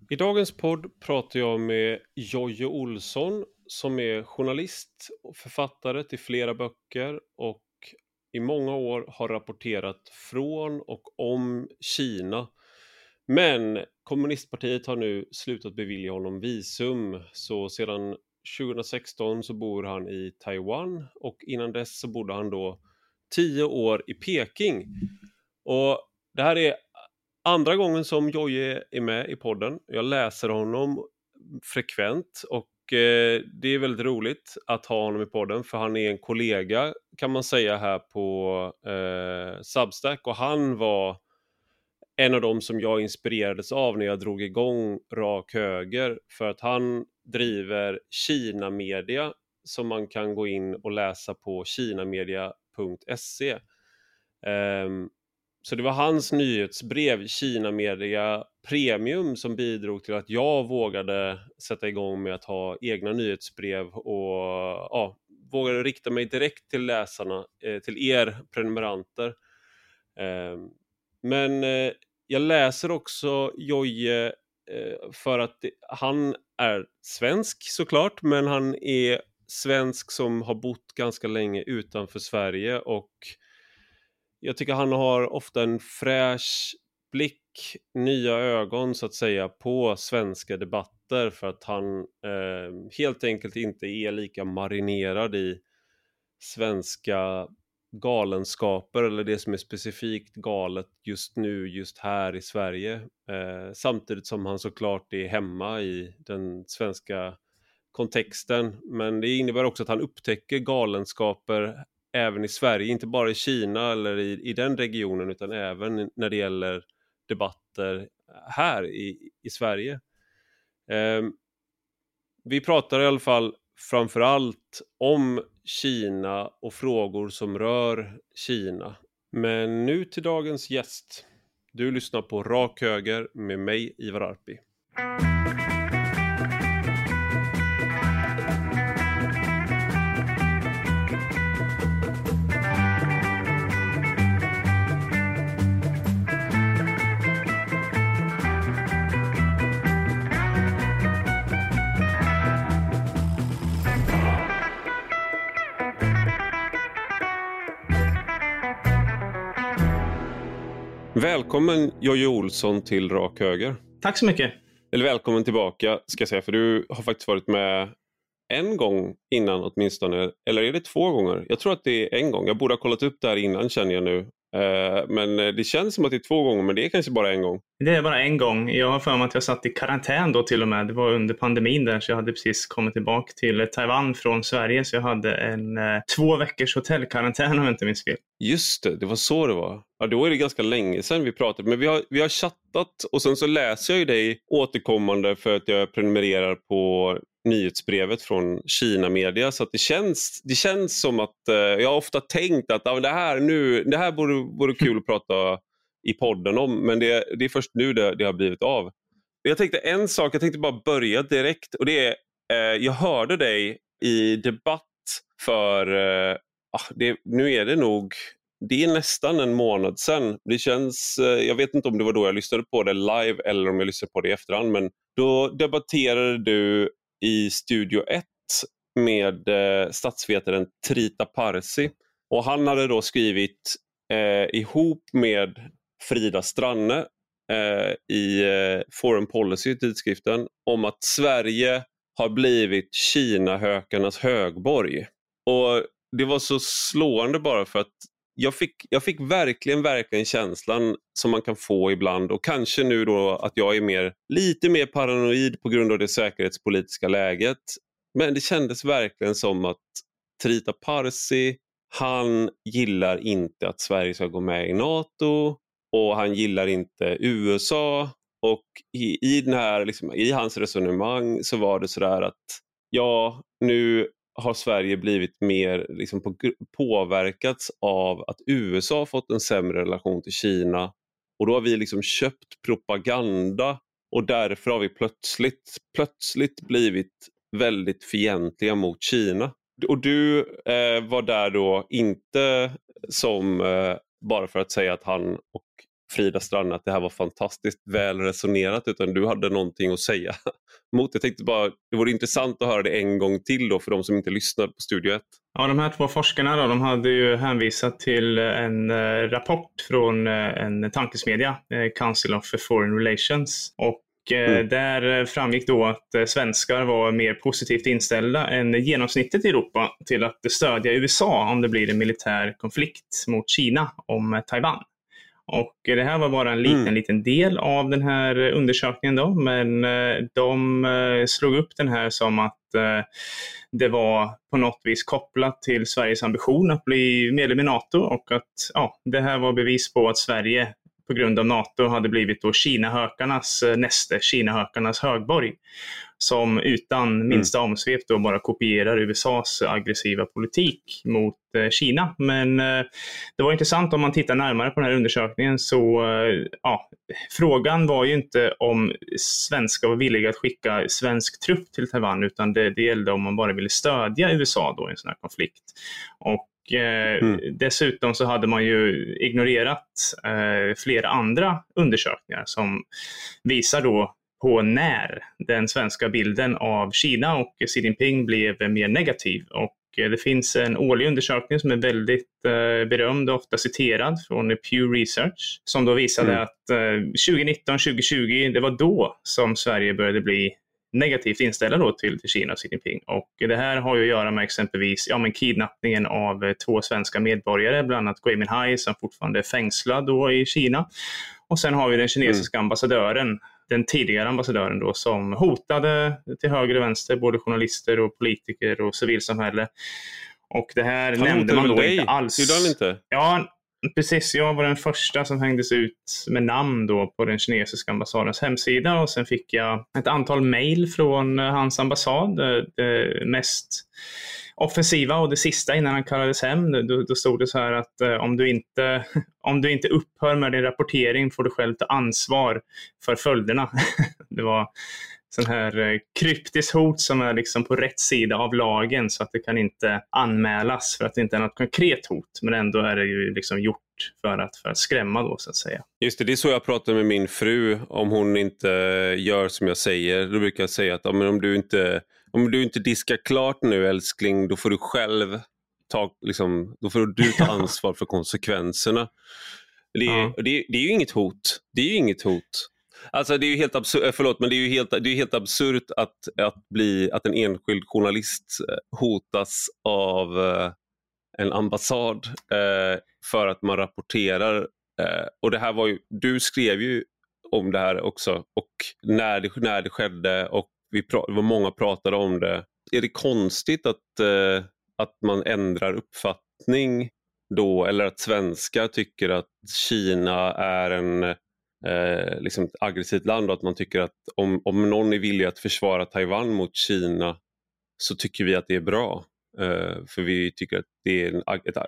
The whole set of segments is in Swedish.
I dagens podd pratar jag med Jojje Olsson som är journalist och författare till flera böcker och i många år har rapporterat från och om Kina. Men kommunistpartiet har nu slutat bevilja honom visum, så sedan 2016 så bor han i Taiwan och innan dess så bodde han då 10 år i Peking. Och det här är andra gången som Jojje är med i podden. Jag läser honom frekvent och det är väldigt roligt att ha honom i podden, för han är en kollega kan man säga här på Substack, och han var en av dem som jag inspirerades av när jag drog igång Rak Höger, för att han driver Kina Media som man kan gå in och läsa på kinamedia.se. Så det var hans nyhetsbrev Kina Media Premium som bidrog till att jag vågade sätta igång med att ha egna nyhetsbrev och vågade rikta mig direkt till läsarna, till er prenumeranter. Men jag läser också Jojje för att han är svensk såklart, men han är svensk som har bott ganska länge utanför Sverige, och jag tycker han har ofta en fräsch blick, nya ögon så att säga på svenska debatter, för att han helt enkelt inte är lika marinerad i svenska galenskaper eller det som är specifikt galet just nu, just här i Sverige. Samtidigt som han såklart är hemma i den svenska kontexten. Men det innebär också att han upptäcker galenskaper även i Sverige, inte bara i Kina eller i den regionen, utan även när det gäller debatter här i Sverige. Vi pratar i alla fall framförallt om Kina och frågor som rör Kina. Men nu till dagens gäst. Du lyssnar på Rak Höger med mig, Ivar Arpi. Välkommen Jojje Olsson till Rak Höger. Tack så mycket. Eller välkommen tillbaka ska jag säga, för du har faktiskt varit med en gång innan åtminstone. Eller är det 2 gånger? Jag tror att det är en gång. Jag borde ha kollat upp det här innan, känner jag nu. Men det känns som att det är 2 gånger, men det är kanske bara en gång. Det är bara en gång. Jag har för mig att jag satt i karantän då till och med. Det var under pandemin där, så jag hade precis kommit tillbaka till Taiwan från Sverige. Så jag hade en 2 veckors hotellkarantän om jag inte minns fel. Just det, det var så det var. Ja, då är det ganska länge sedan vi pratade. Men vi har chattat och sen så läser jag ju dig återkommande för att jag prenumererar på nyhetsbrevet från Kina Media, så att det känns som att jag har ofta tänkt att det här vore kul att prata i podden om, men det är först nu det har blivit av. Jag tänkte bara börja direkt, och det är jag hörde dig i debatt för nu är det är nästan en månad sedan. Det känns, jag vet inte om det var då jag lyssnade på det live eller om jag lyssnade på det i efterhand, men då debatterade du i Studio 1 med statsvetaren Trita Parsi, och han hade då skrivit ihop med Frida Stranne i Foreign Policy tidskriften om att Sverige har blivit Kina-hökarnas högborg. Och det var så slående bara för att jag fick verkligen känslan som man kan få ibland, och kanske nu då att jag är lite mer paranoid på grund av det säkerhetspolitiska läget, men det kändes verkligen som att Trita Parsi, han gillar inte att Sverige ska gå med i NATO, och han gillar inte USA, och i den här liksom, i hans resonemang så var det sådär att nu har Sverige blivit mer liksom påverkats av att USA har fått en sämre relation till Kina, och då har vi liksom köpt propaganda, och därför har vi plötsligt blivit väldigt fientliga mot Kina. Och du var där då inte som bara för att säga att han och Frida Strand att det här var fantastiskt väl resonerat, utan du hade någonting att säga mot. Jag tänkte bara, det vore intressant att höra det en gång till då för de som inte lyssnade på Studio 1. Ja, de här två forskarna då, de hade ju hänvisat till en rapport från en tankesmedja, Council of Foreign Relations. Och där framgick då att svenskar var mer positivt inställda än genomsnittet i Europa till att stödja USA om det blir en militär konflikt mot Kina om Taiwan. Och det här var bara en liten del av den här undersökningen då, men de slog upp den här som att det var på något vis kopplat till Sveriges ambition att bli medlem i NATO, och att det här var bevis på att Sverige på grund av NATO hade blivit då Kinahökarnas näste, Kinahökarnas högborg, som utan minsta omsvep då bara kopierar USAs aggressiva politik mot Kina. Men det var intressant om man tittar närmare på den här undersökningen, så frågan var ju inte om svenskar var villiga att skicka svensk trupp till Taiwan, utan det gällde om man bara ville stödja USA då i en sån här konflikt. Och dessutom så hade man ju ignorerat flera andra undersökningar som visar då på när den svenska bilden av Kina och Xi Jinping blev mer negativ. Och det finns en årlig undersökning som är väldigt berömd och ofta citerad från Pew Research, som då visade att 2019-2020, det var då som Sverige började bli negativt inställda då till Kina och Xi Jinping. Och det här har ju att göra med exempelvis kidnappningen av 2 svenska medborgare, bland annat Gui Minhai som fortfarande är fängslad då i Kina. Och sen har vi den kinesiska ambassadören, den tidigare ambassadören då, som hotade till höger och vänster både journalister och politiker och civilsamhälle. Och det här nämnde man då inte alls. Gjorde han inte? Ja, precis. Jag var den första som hängdes ut med namn då på den kinesiska ambassadens hemsida, och sen fick jag ett antal mejl från hans ambassad. Det mest offensiva och det sista innan han kallades hem, då stod det så här att om du inte upphör med din rapportering får du själv ta ansvar för följderna. Det var sån här kryptiskt hot som är liksom på rätt sida av lagen, så att det kan inte anmälas för att det inte är något konkret hot, men ändå är det ju liksom gjort för att skrämma då, så att säga. Just det är så jag pratar med min fru. Om hon inte gör som jag säger, då brukar jag säga att men om du inte diskar klart nu, älskling, då får du själv då får du ta ansvar för konsekvenserna. Det är ju inget hot. Det är ju inget hot. Alltså det är ju helt absurt, men det är ju helt absurt att en enskild journalist hotas av en ambassad för att man rapporterar. Och det här var ju, du skrev ju om det här också, och när det skedde, och det var många pratade om det. Är det konstigt att man ändrar uppfattning då, eller att svenskar tycker att Kina är ett aggressivt land, och att man tycker att om någon är villig att försvara Taiwan mot Kina så tycker vi att det är bra, för vi tycker att det är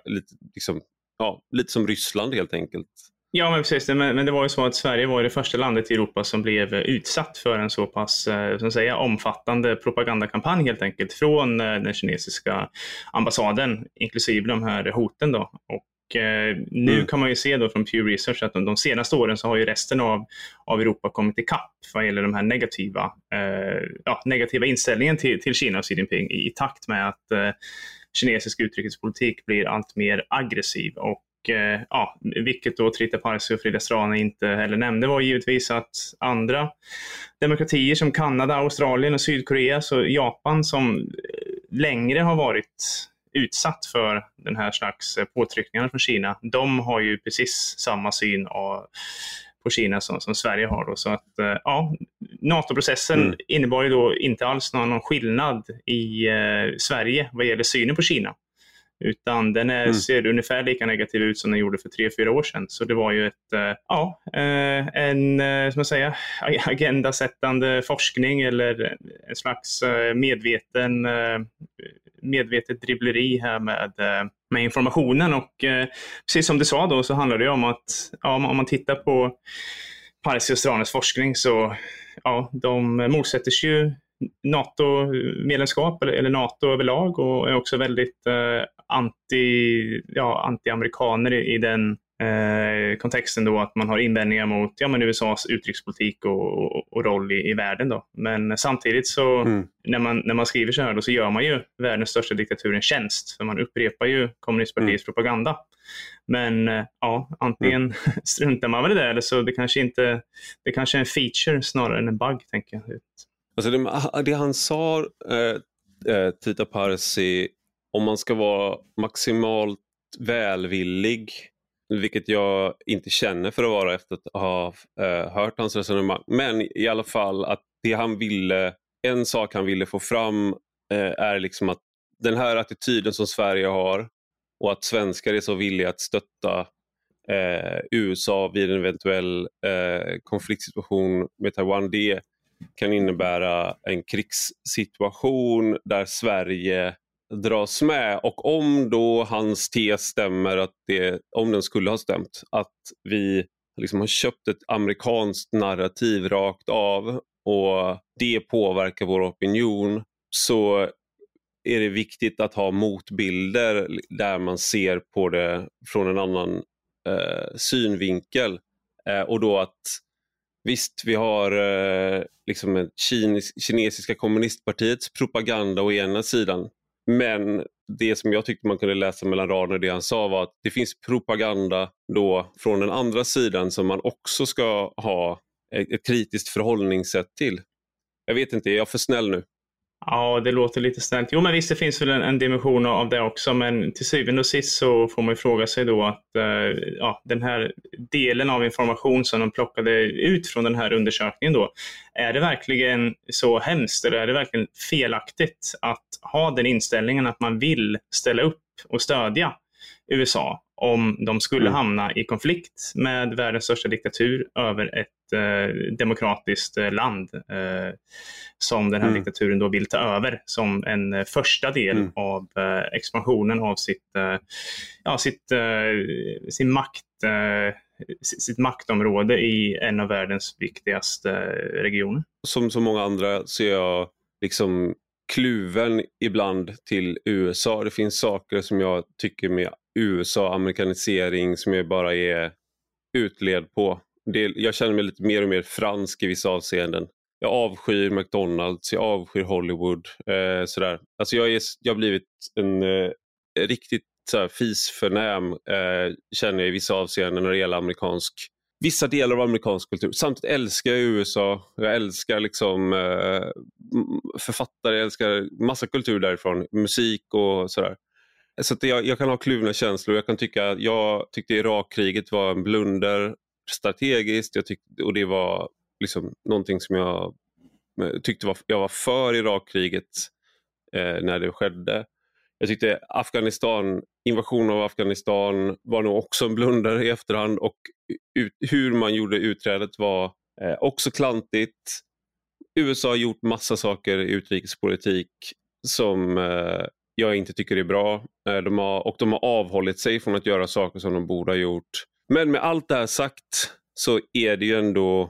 lite som Ryssland helt enkelt. Ja, men precis. Men det var ju så att Sverige var det första landet i Europa som blev utsatt för en så pass omfattande propagandakampanj helt enkelt från den kinesiska ambassaden, inklusive de här hoten då. Och nu kan man ju se då från Pew Research att de senaste åren så har ju resten av Europa kommit ikapp vad gäller de här negativa inställningen till Kina och Xi Jinping i takt med att kinesisk utrikespolitik blir allt mer aggressiv. Och vilket då Trita Parsi och Frida Strand inte heller nämnde var givetvis att andra demokratier som Kanada, Australien och Sydkorea, så Japan som längre har varit utsatt för den här slags påtryckningar från Kina, de har ju precis samma syn på Kina som Sverige har då. Så att NATO-processen innebar ju då inte alls någon skillnad i Sverige vad gäller synen på Kina. Utan den ser ungefär lika negativ ut som den gjorde för 3-4 år sedan. Så det var ju en agendasättande forskning, eller en slags medvetet dribbleri här med informationen. Och precis som du sa då, så handlar det om att om man tittar på Parsi och Stranes forskning, så de motsätter sig ju NATO-medlemskap eller NATO överlag, och är också väldigt anti-amerikaner i den kontexten då att man har invändningar mot USAs utrikespolitik och roll i världen då. Men samtidigt så när man skriver så här då, så gör man ju världens största diktatur en tjänst, för man upprepar ju kommunistpartiets propaganda. Men antingen struntar man väl i det, eller så det kanske är en feature snarare än en bug, tänker jag. Alltså det han sa, Trita Parsi, om man ska vara maximalt välvillig, vilket jag inte känner för att vara efter att ha hört hans resonemang, men i alla fall att en sak han ville få fram är liksom att den här attityden som Sverige har, och att svenskar är så villiga att stötta USA vid en eventuell konfliktsituation med Taiwan, det kan innebära en krigssituation där Sverige dras med. Och om då hans tes stämmer, om den skulle ha stämt, att vi liksom har köpt ett amerikanskt narrativ rakt av och det påverkar vår opinion, så är det viktigt att ha motbilder där man ser på det från en annan synvinkel. Och då att visst, vi har liksom kinesiska kommunistpartiets propaganda å ena sidan, men det som jag tyckte man kunde läsa mellan raderna, det han sa, var att det finns propaganda då från den andra sidan som man också ska ha ett kritiskt förhållningssätt till. Jag vet inte, är jag för snäll nu? Ja, det låter lite snällt. Jo, men visst, det finns väl en dimension av det också, men till syvende och sist så får man ju fråga sig då att den här delen av information som de plockade ut från den här undersökningen då, är det verkligen så hemskt, eller är det verkligen felaktigt att ha den inställningen att man vill ställa upp och stödja USA om de skulle hamna i konflikt med världens största diktatur över ett demokratiskt land som den här diktaturen då vill ta över som en första del av expansionen av sitt maktområde i en av världens viktigaste regioner. Som så många andra så är jag liksom kluven ibland till USA. Det finns saker som jag tycker med USA-amerikanisering som jag bara är utled på. Jag känner mig lite mer och mer fransk i vissa avseenden. Jag avskyr McDonald's, jag avskyr Hollywood. Sådär. Alltså jag har blivit en riktigt fisförnäm känner jag i vissa avseenden när det gäller vissa delar av amerikansk kultur. Samtidigt älskar jag USA. Jag älskar liksom författare, jag älskar massa kultur därifrån. Musik och sådär. Så att jag kan ha kluvna känslor. Jag tyckte Irakkriget var en blunder strategiskt. Och det var liksom någonting som jag tyckte jag var för Irakkriget när det skedde. Jag tyckte invasionen av Afghanistan var nog också en blunder i efterhand, och hur man gjorde utträdet var också klantigt. USA har gjort massa saker i utrikespolitik som jag inte tycker är bra. De har avhållit sig från att göra saker som de borde ha gjort. Men med allt det här sagt så är det ju ändå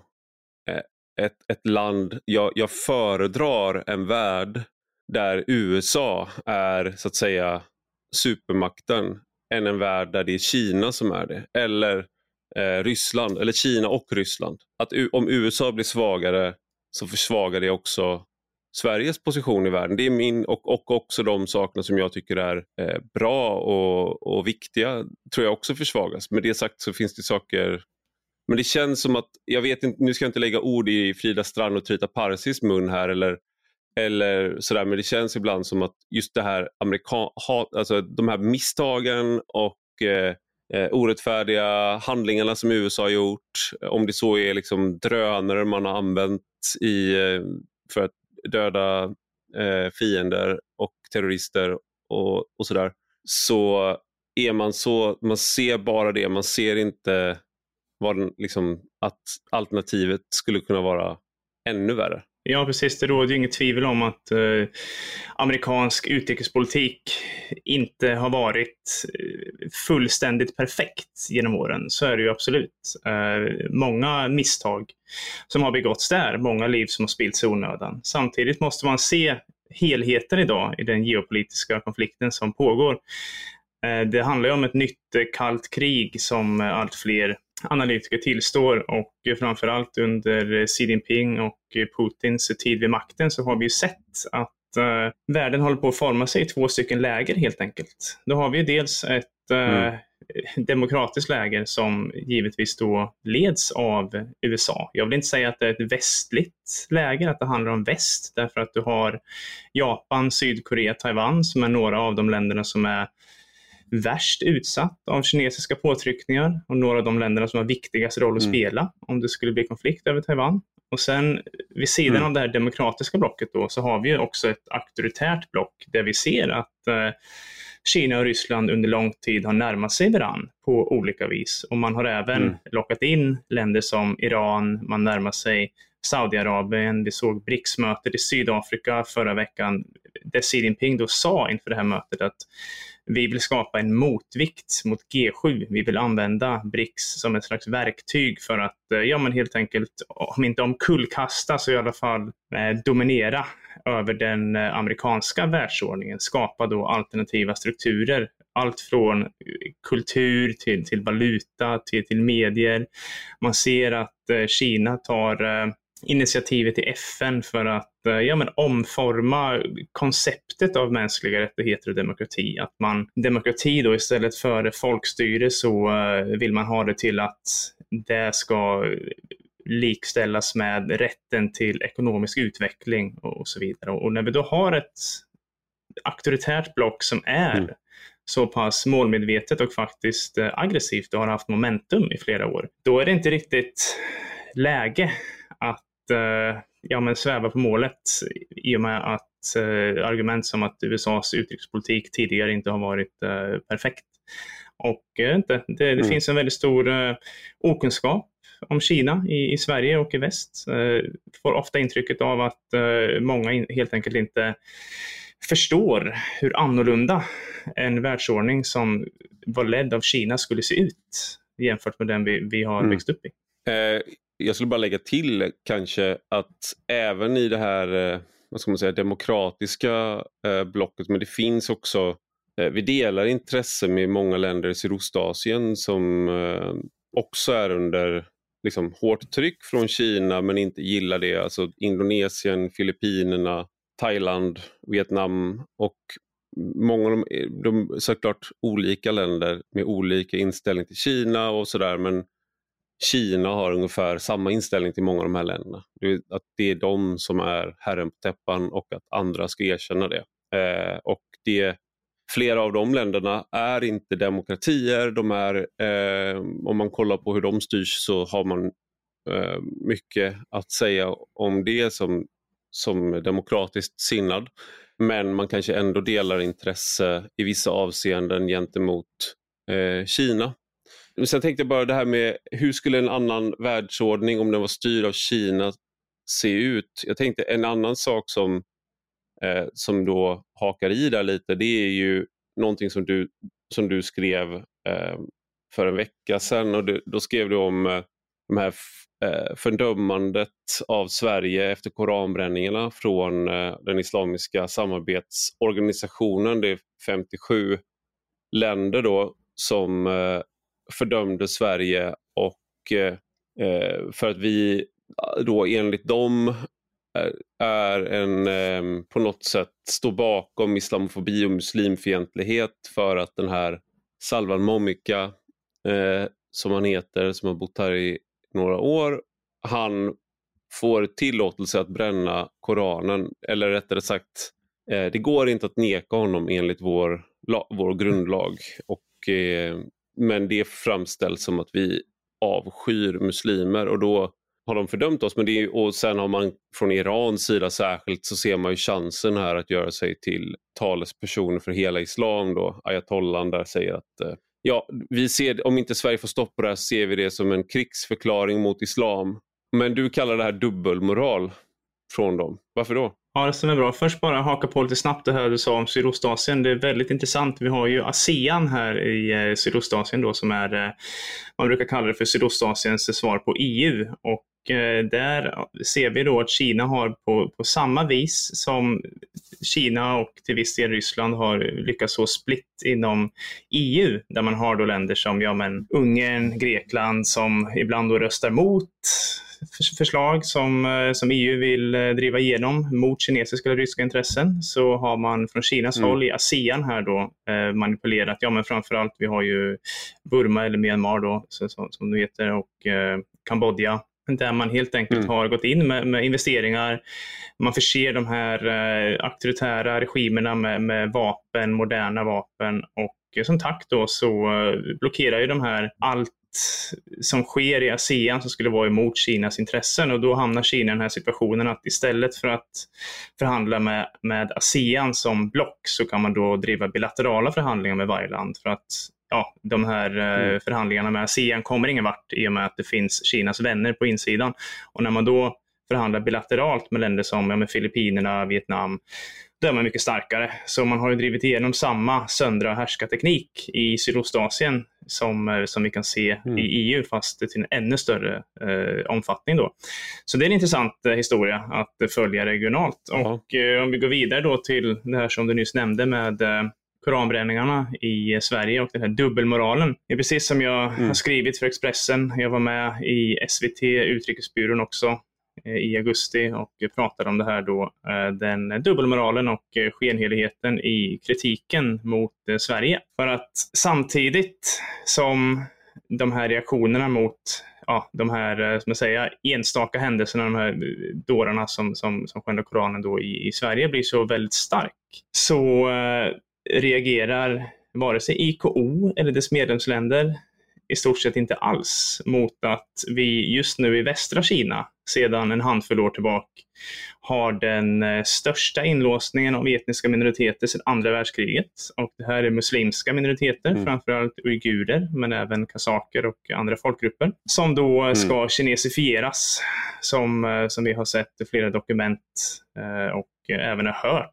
ett land, jag föredrar en värld där USA är så att säga supermakten än en värld där det är Kina som är det. Eller Ryssland, eller Kina och Ryssland. Att om USA blir svagare så försvagar det också Sveriges position i världen. Det är min och också de sakerna som jag tycker är bra och viktiga tror jag också försvagas. Med det sagt så finns det saker, men det känns som att, jag vet inte, nu ska jag inte lägga ord i Frida Strand och Trita Parsis mun här eller sådär, men det känns ibland som att just det här alltså de här misstagen och orättfärdiga handlingarna som USA har gjort, om det så är liksom drönare man har använt för att döda fiender och terrorister och sådär, så är man ser bara det, man ser inte att alternativet skulle kunna vara ännu värre. Ja, precis. Det råder ju inget tvivel om att amerikansk utrikespolitik inte har varit fullständigt perfekt genom åren. Så är det ju absolut. Många misstag som har begåtts där, många liv som har spillts i onödan. Samtidigt måste man se helheten idag i den geopolitiska konflikten som pågår. Det handlar ju om ett nytt kallt krig som allt fler analytiker tillstår, och framförallt under Xi Jinping och Putins tid vid makten så har vi ju sett att världen håller på att forma sig i 2 stycken läger helt enkelt. Då har vi ju dels ett demokratiskt läger som givetvis då leds av USA. Jag vill inte säga att det är ett västligt läger, att det handlar om väst, därför att du har Japan, Sydkorea, Taiwan som är några av de länderna som är värst utsatt av kinesiska påtryckningar och några av de länderna som har viktigast roll att spela om det skulle bli konflikt över Taiwan. Och sen vid sidan av det här demokratiska blocket då, så har vi ju också ett auktoritärt block där vi ser att Kina och Ryssland under lång tid har närmat sig varann på olika vis. Och man har även lockat in länder som Iran, man närmar sig Saudiarabien. Vi såg BRICS-mötet i Sydafrika förra veckan där Xi Jinping då sa inför det här mötet att vi vill skapa en motvikt mot G7. Vi vill använda BRICS som ett slags verktyg för att helt enkelt, om inte omkullkasta så i alla fall dominera över den amerikanska världsordningen. Skapa då alternativa strukturer. Allt från kultur till valuta till medier. Man ser att Kina tar initiativet i FN för att omforma konceptet av mänskliga rättigheter och demokrati. Att demokrati då istället för folkstyre så vill man ha det till att det ska likställas med rätten till ekonomisk utveckling och så vidare. Och när vi då har ett auktoritärt block som är så pass målmedvetet och faktiskt aggressivt och har haft momentum i flera år, då är det inte riktigt läge att sväva på målet, i och med att argument som att USAs utrikespolitik tidigare inte har varit perfekt. Och det finns en väldigt stor okunskap om Kina i Sverige och i väst. Får ofta intrycket av att många helt enkelt inte förstår hur annorlunda en världsordning som var ledd av Kina skulle se ut jämfört med den vi har växt upp i. Jag skulle bara lägga till kanske att även i det här demokratiska blocket, men det finns också, vi delar intresse med många länder i Sydostasien som också är under hårt tryck från Kina men inte gillar det. Alltså Indonesien, Filippinerna, Thailand, Vietnam och många av de såklart olika länder med olika inställning till Kina och sådär, men Kina har ungefär samma inställning till många av de här länderna. Att det är de som är herren på täppan och att andra ska erkänna det. Och flera av de länderna är inte demokratier. De är, om man kollar på hur de styrs så har man mycket att säga om det som demokratiskt sinnad. Men man kanske ändå delar intresse i vissa avseenden gentemot Kina. Sen tänkte jag bara det här med hur skulle en annan världsordning om den var styrd av Kina se ut? Jag tänkte en annan sak som då hakar i där lite, det är ju någonting som du skrev för en vecka sedan, och då skrev du om de här fördömandet av Sverige efter koranbränningarna från den islamiska samarbetsorganisationen. Det är 57 länder då som fördömde Sverige, och för att vi då enligt dem är på något sätt står bakom islamofobi och muslimfientlighet, för att den här Salwan Momika som han heter, som har bott här i några år, han får tillåtelse att bränna Koranen, eller rättare sagt det går inte att neka honom enligt vår grundlag, men det framställs som att vi avskyr muslimer, och då har de fördömt oss. Och sen har man från Irans sida särskilt, så ser man ju chansen här att göra sig till talesperson för hela islam då. Ayatollah där säger att vi ser, om inte Sverige får stopp på det här, ser vi det som en krigsförklaring mot islam. Men du kallar det här dubbelmoral från dem. Varför då? Ja, det stämmer bra. Först bara haka på lite snabbt det här du sa om Sydostasien. Det är väldigt intressant. Vi har ju ASEAN här i Sydostasien då, som är, man brukar kalla det för Sydostasiens svar på EU. Och där ser vi då att Kina har på samma vis som Kina och till viss del Ryssland har lyckats så split inom EU, där man har då länder som Ungern, Grekland som ibland då röstar mot förslag som EU vill driva igenom mot kinesiska eller ryska intressen. Så har man från Kinas håll i ASEAN här då manipulerat, men framförallt vi har ju Burma eller Myanmar då, som det heter, och Kambodja, där man helt enkelt har gått in med investeringar. Man förser de här auktoritära regimerna med vapen, moderna vapen, och som tack då så blockerar ju de här allt som sker i ASEAN som skulle vara emot Kinas intressen, och då hamnar Kina i den här situationen att istället för att förhandla med ASEAN som block så kan man då driva bilaterala förhandlingar med varje land, för att de här förhandlingarna med ASEAN kommer ingen vart i och med att det finns Kinas vänner på insidan. Och när man då förhandlar bilateralt med länder som med Filippinerna, Vietnam, då är man mycket starkare. Så man har ju drivit igenom samma söndra härskarteknik i Sydostasien som vi kan se i EU, fast till en ännu större omfattning då. Så det är en intressant historia att följa regionalt. Och om vi går vidare då till det här som du nyss nämnde med koranbränningarna i Sverige och den här dubbelmoralen. Det är precis som jag har skrivit för Expressen. Jag var med i SVT, Utrikesbyrån också, i augusti och pratade om det här då, den dubbelmoralen och skenheligheten i kritiken mot Sverige. För att samtidigt som de här reaktionerna mot de här enstaka händelserna, de här dårarna som skändar Koranen då i Sverige blir så väldigt stark, så reagerar vare sig IKO eller dess medlemsländer i stort sett inte alls mot att vi just nu i västra Kina sedan en handfull år tillbaka har den största inlåsningen av etniska minoriteter sedan andra världskriget. Och det här är muslimska minoriteter, framförallt uigurer, men även kazaker och andra folkgrupper, som då ska kinesifieras, som vi har sett i flera dokument och även har hört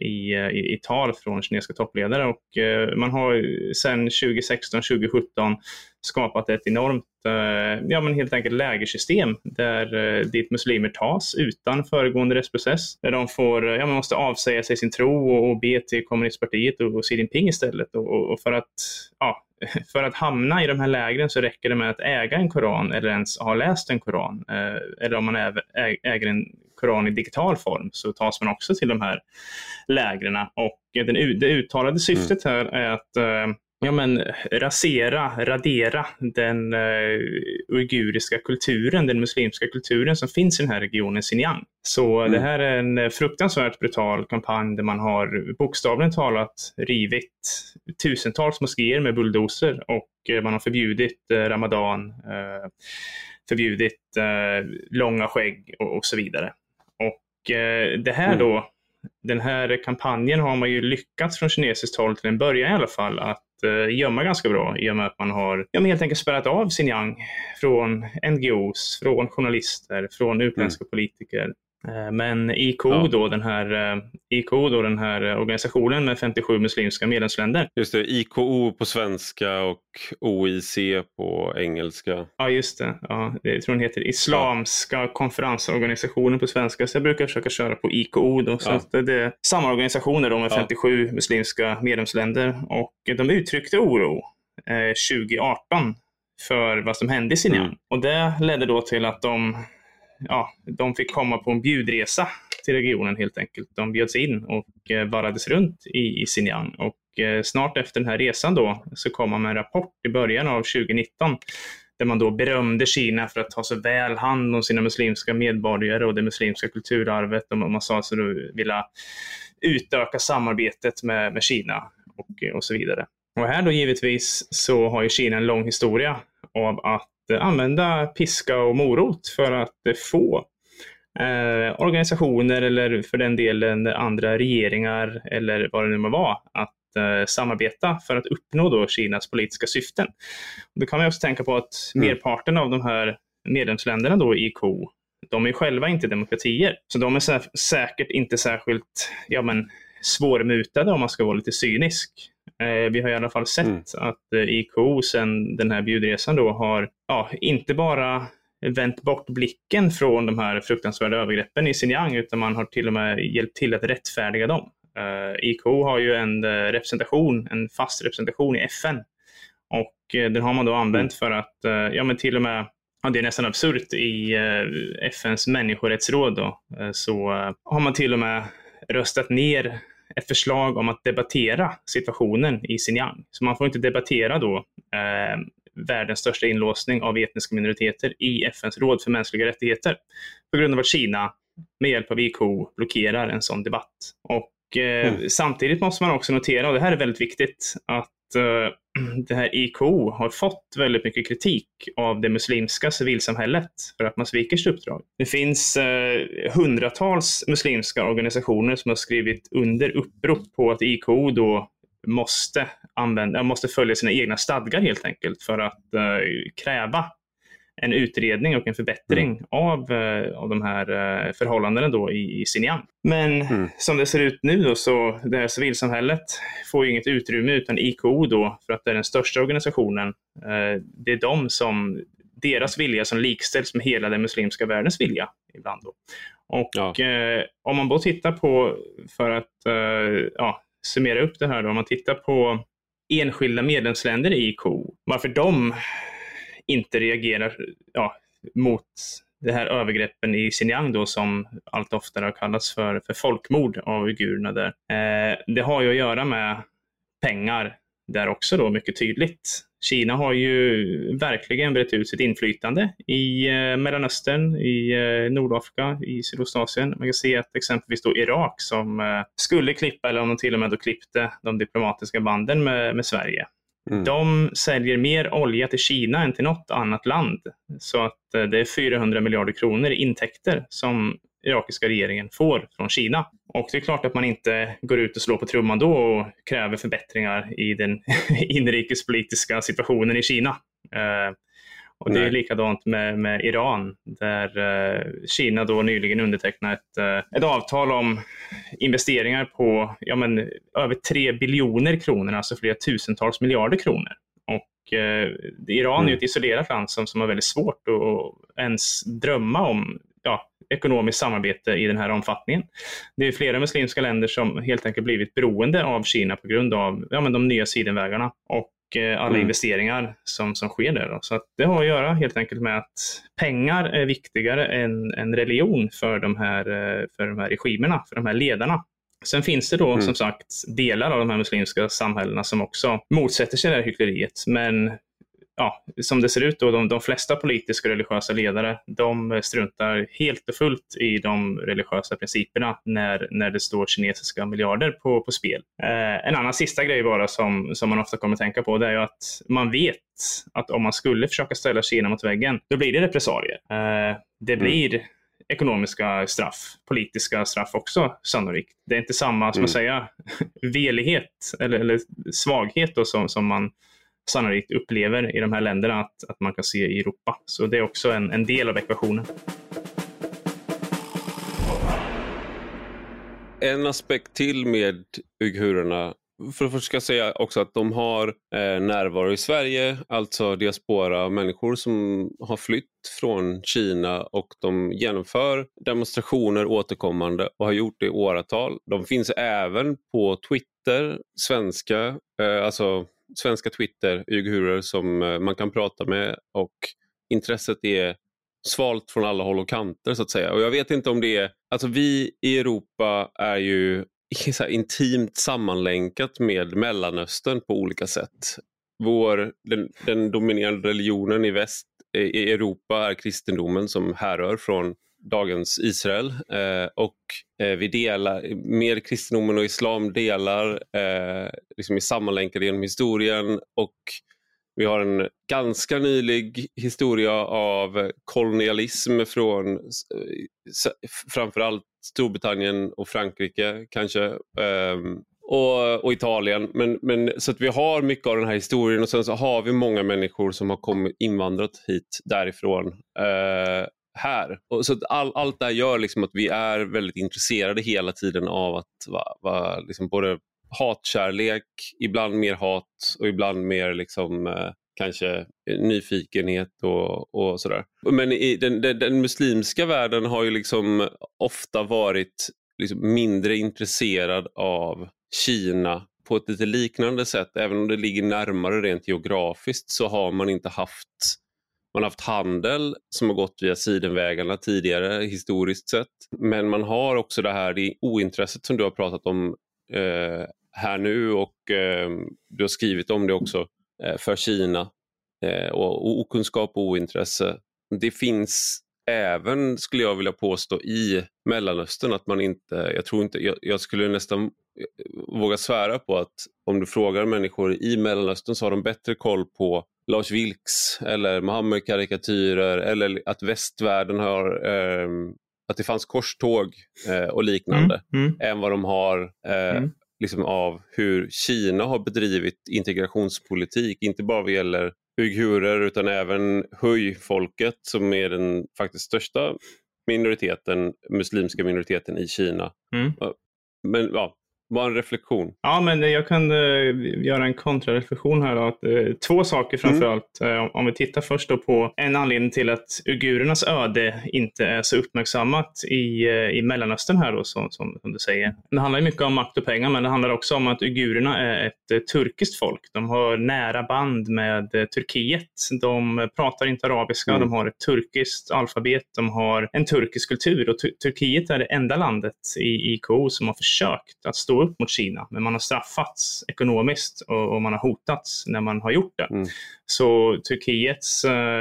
i tal från kinesiska toppledare. Och man har sedan 2016-2017 skapat ett enormt helt enkelt lägersystem dit muslimer tas utan föregående rättsprocess, där de får man måste avsäga sig sin tro och be till kommunistpartiet och Xi Jinping istället. Och för att hamna i de här lägren så räcker det med att äga en koran eller ens ha läst en koran, eller om man äger en koran i digital form så tas man också till de här lägren. Och det uttalade syftet här är att radera den uiguriska kulturen, den muslimska kulturen som finns i den här regionen Xinjiang. Så det här är en fruktansvärt brutal kampanj där man har bokstavligen talat rivit tusentals moskéer med bulldozer, och man har förbjudit Ramadan, förbjudit långa skägg och så vidare. Och det här då, den här kampanjen har man ju lyckats från kinesiskt håll till en början i alla fall att gömma ganska bra, i och med att man har helt enkelt spärrat av Xinjiang från NGOs, från journalister, från utländska politiker. Men IKO då, den här organisationen med 57 muslimska medlemsländer. Just det, IKO på svenska och OIC på engelska. Ja, just det. Ja, jag tror den heter Islamska konferensorganisationen på svenska. Så jag brukar försöka köra på IKO då. Så att det är samma organisationer då med 57 muslimska medlemsländer. Och de uttryckte oro 2018 för vad som hände i Xinjiang. Och det ledde då till att de fick komma på en bjudresa till regionen helt enkelt. De bjöds in och varades runt i Xinjiang. Och snart efter den här resan då så kom man med en rapport i början av 2019 där man då berömde Kina för att ta så väl hand om sina muslimska medborgare och det muslimska kulturarvet. Och man sa sig då vilja utöka samarbetet med Kina och så vidare. Och här då givetvis så har ju Kina en lång historia av att använda piska och morot för att få organisationer eller för den delen andra regeringar eller vad det nu må vara att samarbeta för att uppnå då Kinas politiska syften. Och då kan man också tänka på att merparten av de här medlemsländerna då i IKO, de är själva inte demokratier. Så de är säkert inte särskilt svårmutade, om man ska vara lite cynisk. Vi har i alla fall sett att IKO sen den här bjudresan då har inte bara vänt bort blicken från de här fruktansvärda övergreppen i Xinjiang, utan man har till och med hjälpt till att rättfärdiga dem. IK har ju en fast representation i FN. Och den har man då använt för att, men till och med, det är nästan absurt, i FNs människorättsråd då, så har man till och med röstat ner ett förslag om att debattera situationen i Xinjiang. Så man får inte debattera då världens största inlåsning av etniska minoriteter i FNs råd för mänskliga rättigheter, på grund av att Kina med hjälp av IK blockerar en sån debatt. Och samtidigt måste man också notera, och det här är väldigt viktigt, att det här IK har fått väldigt mycket kritik av det muslimska civilsamhället för att man sviker sitt uppdrag. Det finns hundratals muslimska organisationer som har skrivit under upprop på att IK då måste följa sina egna stadgar helt enkelt för att kräva en utredning och en förbättring av de här förhållandena då i Xinjiang. Men som det ser ut nu då, så det här civilsamhället får ju inget utrymme, utan IKO då, för att det är den största organisationen, det är deras vilja som likställs med hela den muslimska världens vilja ibland då. Och om man då tittar på, för att summera upp det här då, om man tittar på enskilda medlemsländer i IKO, varför de inte reagerar mot det här övergreppen i Xinjiang då, som allt oftare har kallats för folkmord av uigurerna där. Det har ju att göra med pengar där också då, mycket tydligt. Kina har ju verkligen brett ut sitt inflytande i Mellanöstern, i Nordafrika, i Sydostasien. Man kan se att exempelvis då Irak, som skulle klippa, eller om de till och med då klippte, de diplomatiska banden med Sverige. De säljer mer olja till Kina än till något annat land. Så att det är 400 miljarder kronor i intäkter som irakiska regeringen får från Kina. Och det är klart att man inte går ut och slår på trumman då och kräver förbättringar i den inrikespolitiska situationen i Kina. Och det är likadant med Iran, där Kina då nyligen undertecknat ett avtal om investeringar på över 3 biljoner kronor, alltså flera tusentals miljarder kronor. Och Iran är ju ett isolerat land som har väldigt svårt att ens drömma om ekonomiskt samarbete i den här omfattningen. Det är flera muslimska länder som helt enkelt blivit beroende av Kina på grund av de nya sidenvägarna och alla investeringar som sker där då. Så att det har att göra helt enkelt med att pengar är viktigare än religion för de här regimerna, för de här ledarna. Sen finns det då som sagt delar av de här muslimska samhällena som också motsätter sig det här hyckleriet, men som det ser ut då, de flesta politiska och religiösa ledare, de struntar helt och fullt i de religiösa principerna när det står kinesiska miljarder på spel. En annan sista grej bara som man ofta kommer att tänka på, det är ju att man vet att om man skulle försöka ställa Kina mot väggen, då blir det repressalier. Det blir ekonomiska straff, politiska straff också sannolikt. Det är inte samma, som att säga, velighet eller svaghet då, som man sannolikt upplever i de här länderna att man kan se i Europa. Så det är också en del av ekvationen. En aspekt till med uigurerna, för att först ska jag säga också att de har närvaro i Sverige, alltså diaspora människor som har flytt från Kina, och de genomför demonstrationer återkommande och har gjort det i åratal. De finns även på Twitter, svenska Twitter, uigurer som man kan prata med, och intresset är svalt från alla håll och kanter så att säga. Och jag vet inte om det är, alltså vi i Europa är ju så här intimt sammanlänkat med Mellanöstern på olika sätt. Den dominerande religionen i väst, i Europa, är kristendomen som härrör från dagens Israel, och vi delar mer kristendomen och islam delar liksom är sammanlänkade genom historien, och vi har en ganska nylig historia av kolonialism från framförallt Storbritannien och Frankrike kanske, och Italien, men så att vi har mycket av den här historien, och sen så har vi många människor som har invandrat hit därifrån här. Och så att allt det här gör liksom att vi är väldigt intresserade hela tiden av att vara liksom både hatkärlek, ibland mer hat och ibland mer liksom kanske nyfikenhet och sådär. Men i den muslimska världen har ju liksom ofta varit liksom mindre intresserad av Kina på ett lite liknande sätt. Även om det ligger närmare rent geografiskt så har man inte haft... Man har haft handel som har gått via sidenvägarna tidigare historiskt sett. Men man har också det ointresset som du har pratat om här nu och du har skrivit om det också för Kina. Och okunskap och ointresse. Det finns även, skulle jag vilja påstå, i Mellanöstern att man inte... Jag skulle nästan våga svära på att om du frågar människor i Mellanöstern så har de bättre koll på Lars Vilks eller Muhammed-karikatyrer eller att västvärlden har att det fanns korståg och liknande än vad de har liksom av hur Kina har bedrivit integrationspolitik, inte bara vad gäller uigurer utan även Hui-folket som är den faktiskt största minoriteten, muslimska minoriteten i Kina. Men ja, bara en reflektion. Ja, men jag kan göra en kontrareflektion här då. Två saker framförallt. Om vi tittar först då på en anledning till att uigurernas öde inte är så uppmärksammat i Mellanöstern här då, som du säger. Det handlar ju mycket om makt och pengar, men det handlar också om att uigurerna är ett turkiskt folk. De har nära band med Turkiet. De pratar inte arabiska, de har ett turkiskt alfabet, de har en turkisk kultur och Turkiet är det enda landet i IKO som har försökt att stå upp mot Kina, men man har straffats ekonomiskt och man har hotats när man har gjort det. Så Turkiets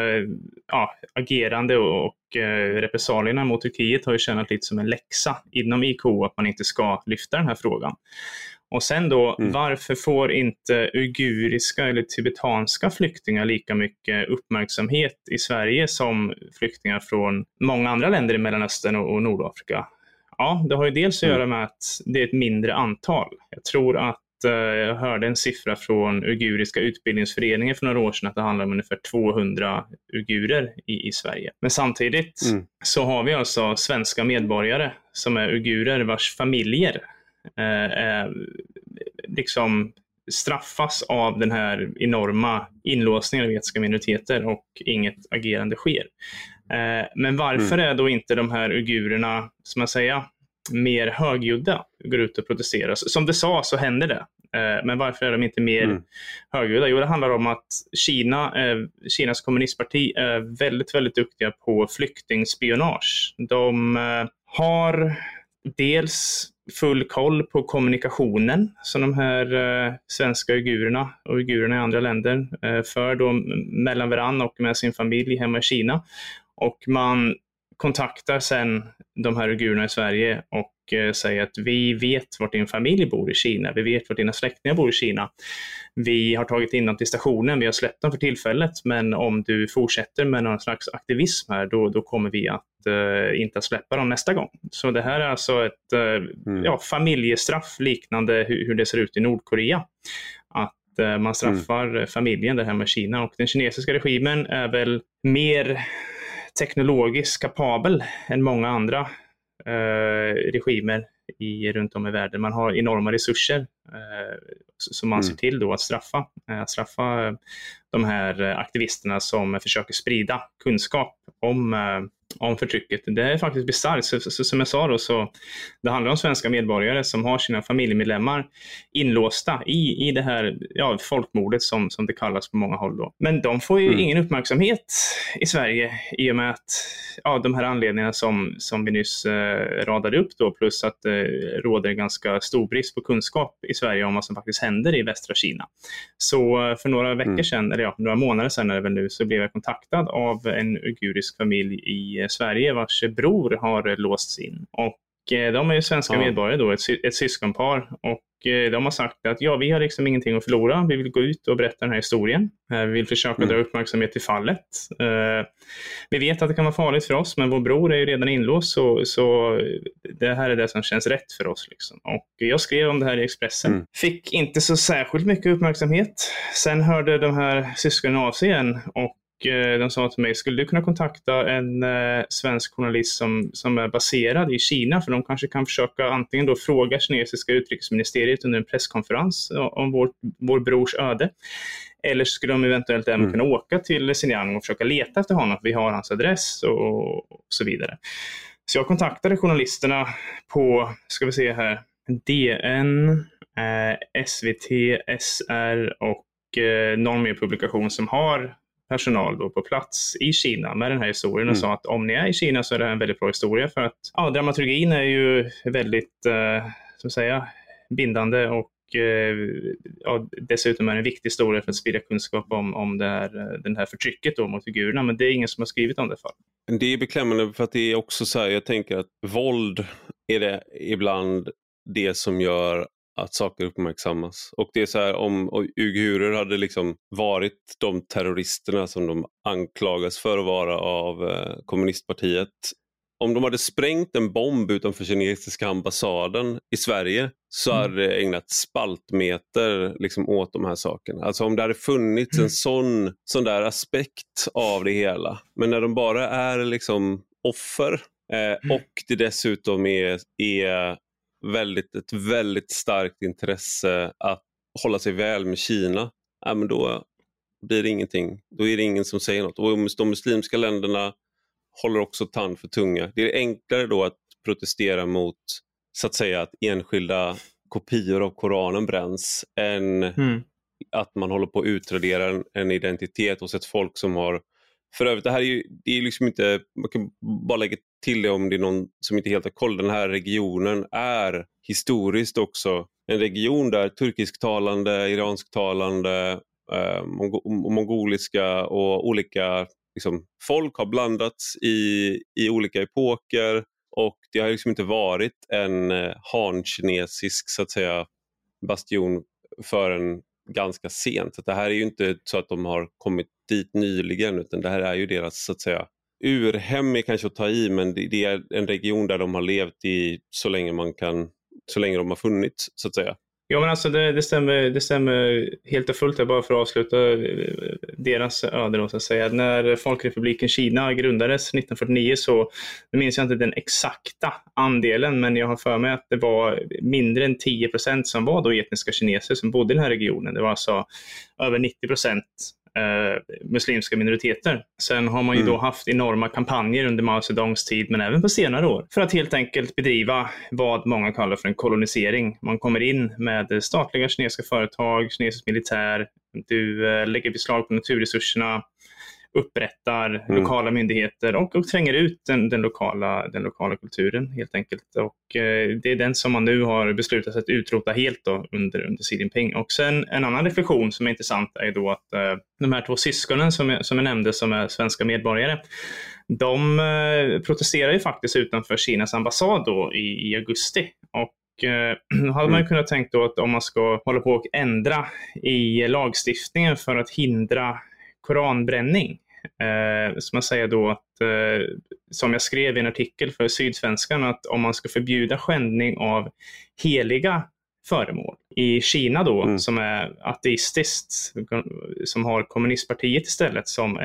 agerande och repressalierna mot Turkiet har ju tjänat lite som en läxa inom IKO att man inte ska lyfta den här frågan. Och sen då, varför får inte uiguriska eller tibetanska flyktingar lika mycket uppmärksamhet i Sverige som flyktingar från många andra länder i Mellanöstern och Nordafrika? Ja, det har ju dels att göra med att det är ett mindre antal. Jag tror att jag hörde en siffra från Uiguriska utbildningsföreningen för några år sedan att det handlar om ungefär 200 uigurer i Sverige. Men samtidigt så har vi alltså svenska medborgare som är uigurer vars familjer liksom straffas av den här enorma inlåsningen av etniska minoriteter och inget agerande sker. Men varför är då inte de här uigurerna, som jag säger, mer högljudda, går ut och protesterar? Som du sa så händer det. Men varför är de inte mer högljudda? Jo, det handlar om att Kinas kommunistparti är väldigt, väldigt duktiga på flyktingspionage. De har dels full koll på kommunikationen som de här svenska uigurerna och uigurerna i andra länder för då mellan varandra och med sin familj hemma i Kina. Och man kontaktar sen de här uigurerna i Sverige och säger att vi vet vart din familj bor i Kina, vi vet vart dina släktingar bor i Kina. Vi har tagit in dem till stationen, vi har släppt dem för tillfället, men om du fortsätter med någon slags aktivism här, då kommer vi att inte att släppa dem nästa gång. Så det här är alltså ett familjestraff liknande hur det ser ut i Nordkorea. Att man straffar familjen där hemma i Kina, och den kinesiska regimen är väl mer teknologiskt kapabel än många andra regimer runt om i världen. Man har enorma resurser som man ser till då att straffa de här aktivisterna som försöker sprida kunskap om förtrycket. Det är faktiskt bisarrt. Som jag sa då, så det handlar om svenska medborgare som har sina familjemedlemmar inlåsta i det här folkmordet som det kallas på många håll då. Men de får ju ingen uppmärksamhet i Sverige i och med att de här anledningarna som vi nyss radade upp då, plus att det råder ganska stor brist på kunskap i Sverige om vad som faktiskt händer i västra Kina. Så för några veckor sedan, eller några månader sedan är det väl nu, så blev jag kontaktad av en uigurisk familj i Sverige vars bror har låsts in. Och de är ju svenska medborgare då, ett syskonpar, och de har sagt att vi har liksom ingenting att förlora. Vi vill gå ut och berätta den här historien. Vi vill försöka dra uppmärksamhet till fallet. Vi vet att det kan vara farligt för oss, men vår bror är ju redan inlåst, så det här är det som känns rätt för oss. Liksom. Och jag skrev om det här i Expressen. Fick inte så särskilt mycket uppmärksamhet. Sen hörde de här syskonen av sig igen och de sa till mig, skulle du kunna kontakta en svensk journalist som är baserad i Kina, för de kanske kan försöka antingen då fråga kinesiska utrikesministeriet under en presskonferens om vår brors öde, eller skulle de eventuellt även kunna åka till Xinjiang och försöka leta efter honom, vi har hans adress och så vidare. Så jag kontaktade journalisterna på, ska vi se här, DN, SVT, SR och någon mer publikation som har personal då på plats i Kina med den här historien och sa att om ni är i Kina så är det en väldigt bra historia, för att dramaturgin är ju väldigt så att säga bindande och dessutom är det en viktig historia för att sprida kunskap om den här förtrycket då mot figurerna, men det är ingen som har skrivit om det fall. Det är beklämmande för att det är också så här, jag tänker att våld är det ibland det som gör att saker uppmärksammas. Och det är så här, om uigurer hade liksom varit de terroristerna som de anklagas för att vara av kommunistpartiet. Om de hade sprängt en bomb utanför kinesiska ambassaden i Sverige så hade det ägnat spaltmeter liksom åt de här sakerna. Alltså om det hade funnits en sån där aspekt av det hela. Men när de bara är liksom offer och det dessutom är ett väldigt starkt intresse att hålla sig väl med Kina, men då blir det ingenting. Då är det ingen som säger något. Och de muslimska länderna håller också tand för tunga. Det är enklare då att protestera mot, så att säga, att enskilda kopior av Koranen bränns än att man håller på att utradera en identitet hos ett folk som har... För övrigt, det är liksom inte... Man kan bara lägga till det om det är någon som inte helt har koll. Den här regionen är historiskt också en region där turkisktalande, iransktalande, mongoliska och olika liksom, folk har blandats i olika epoker, och det har liksom inte varit en han-kinesisk, så att säga, bastion förrän ganska sent. Så det här är ju inte så att de har kommit dit nyligen, utan det här är ju deras, så att säga, urhem är kanske att ta i, men det är en region där de har levt i så länge de har funnits, så att säga. Ja, men alltså det stämmer helt och fullt. Bara för att avsluta deras öde då, så att säga. När Folkrepubliken Kina grundades 1949 så, nu minns jag inte den exakta andelen, men jag har för mig att det var mindre än 10% som var då etniska kineser som bodde i den här regionen. Det var alltså över 90% muslimska minoriteter. Sen har man ju då haft enorma kampanjer under Mao Zedongs tid, men även på senare år, för att helt enkelt bedriva vad många kallar för en kolonisering. Man kommer in med statliga kinesiska företag, kinesisk militär, du lägger beslag på naturresurserna, upprättar lokala myndigheter och tränger ut den lokala kulturen helt enkelt. Och det är den som man nu har beslutat att utrota helt då, under Xi Jinping. Och sen en annan reflektion som är intressant är då att de här två syskonen som jag nämnde, som är svenska medborgare, de protesterar ju faktiskt utanför Kinas ambassad då i augusti. Och då hade man ju kunnat tänka då att om man ska hålla på och ändra i lagstiftningen för att hindra koranbränning, så man säger då att, som jag skrev i en artikel för Sydsvenskan, att om man ska förbjuda skändning av heliga föremål i Kina då, som är ateistiskt, som har kommunistpartiet istället som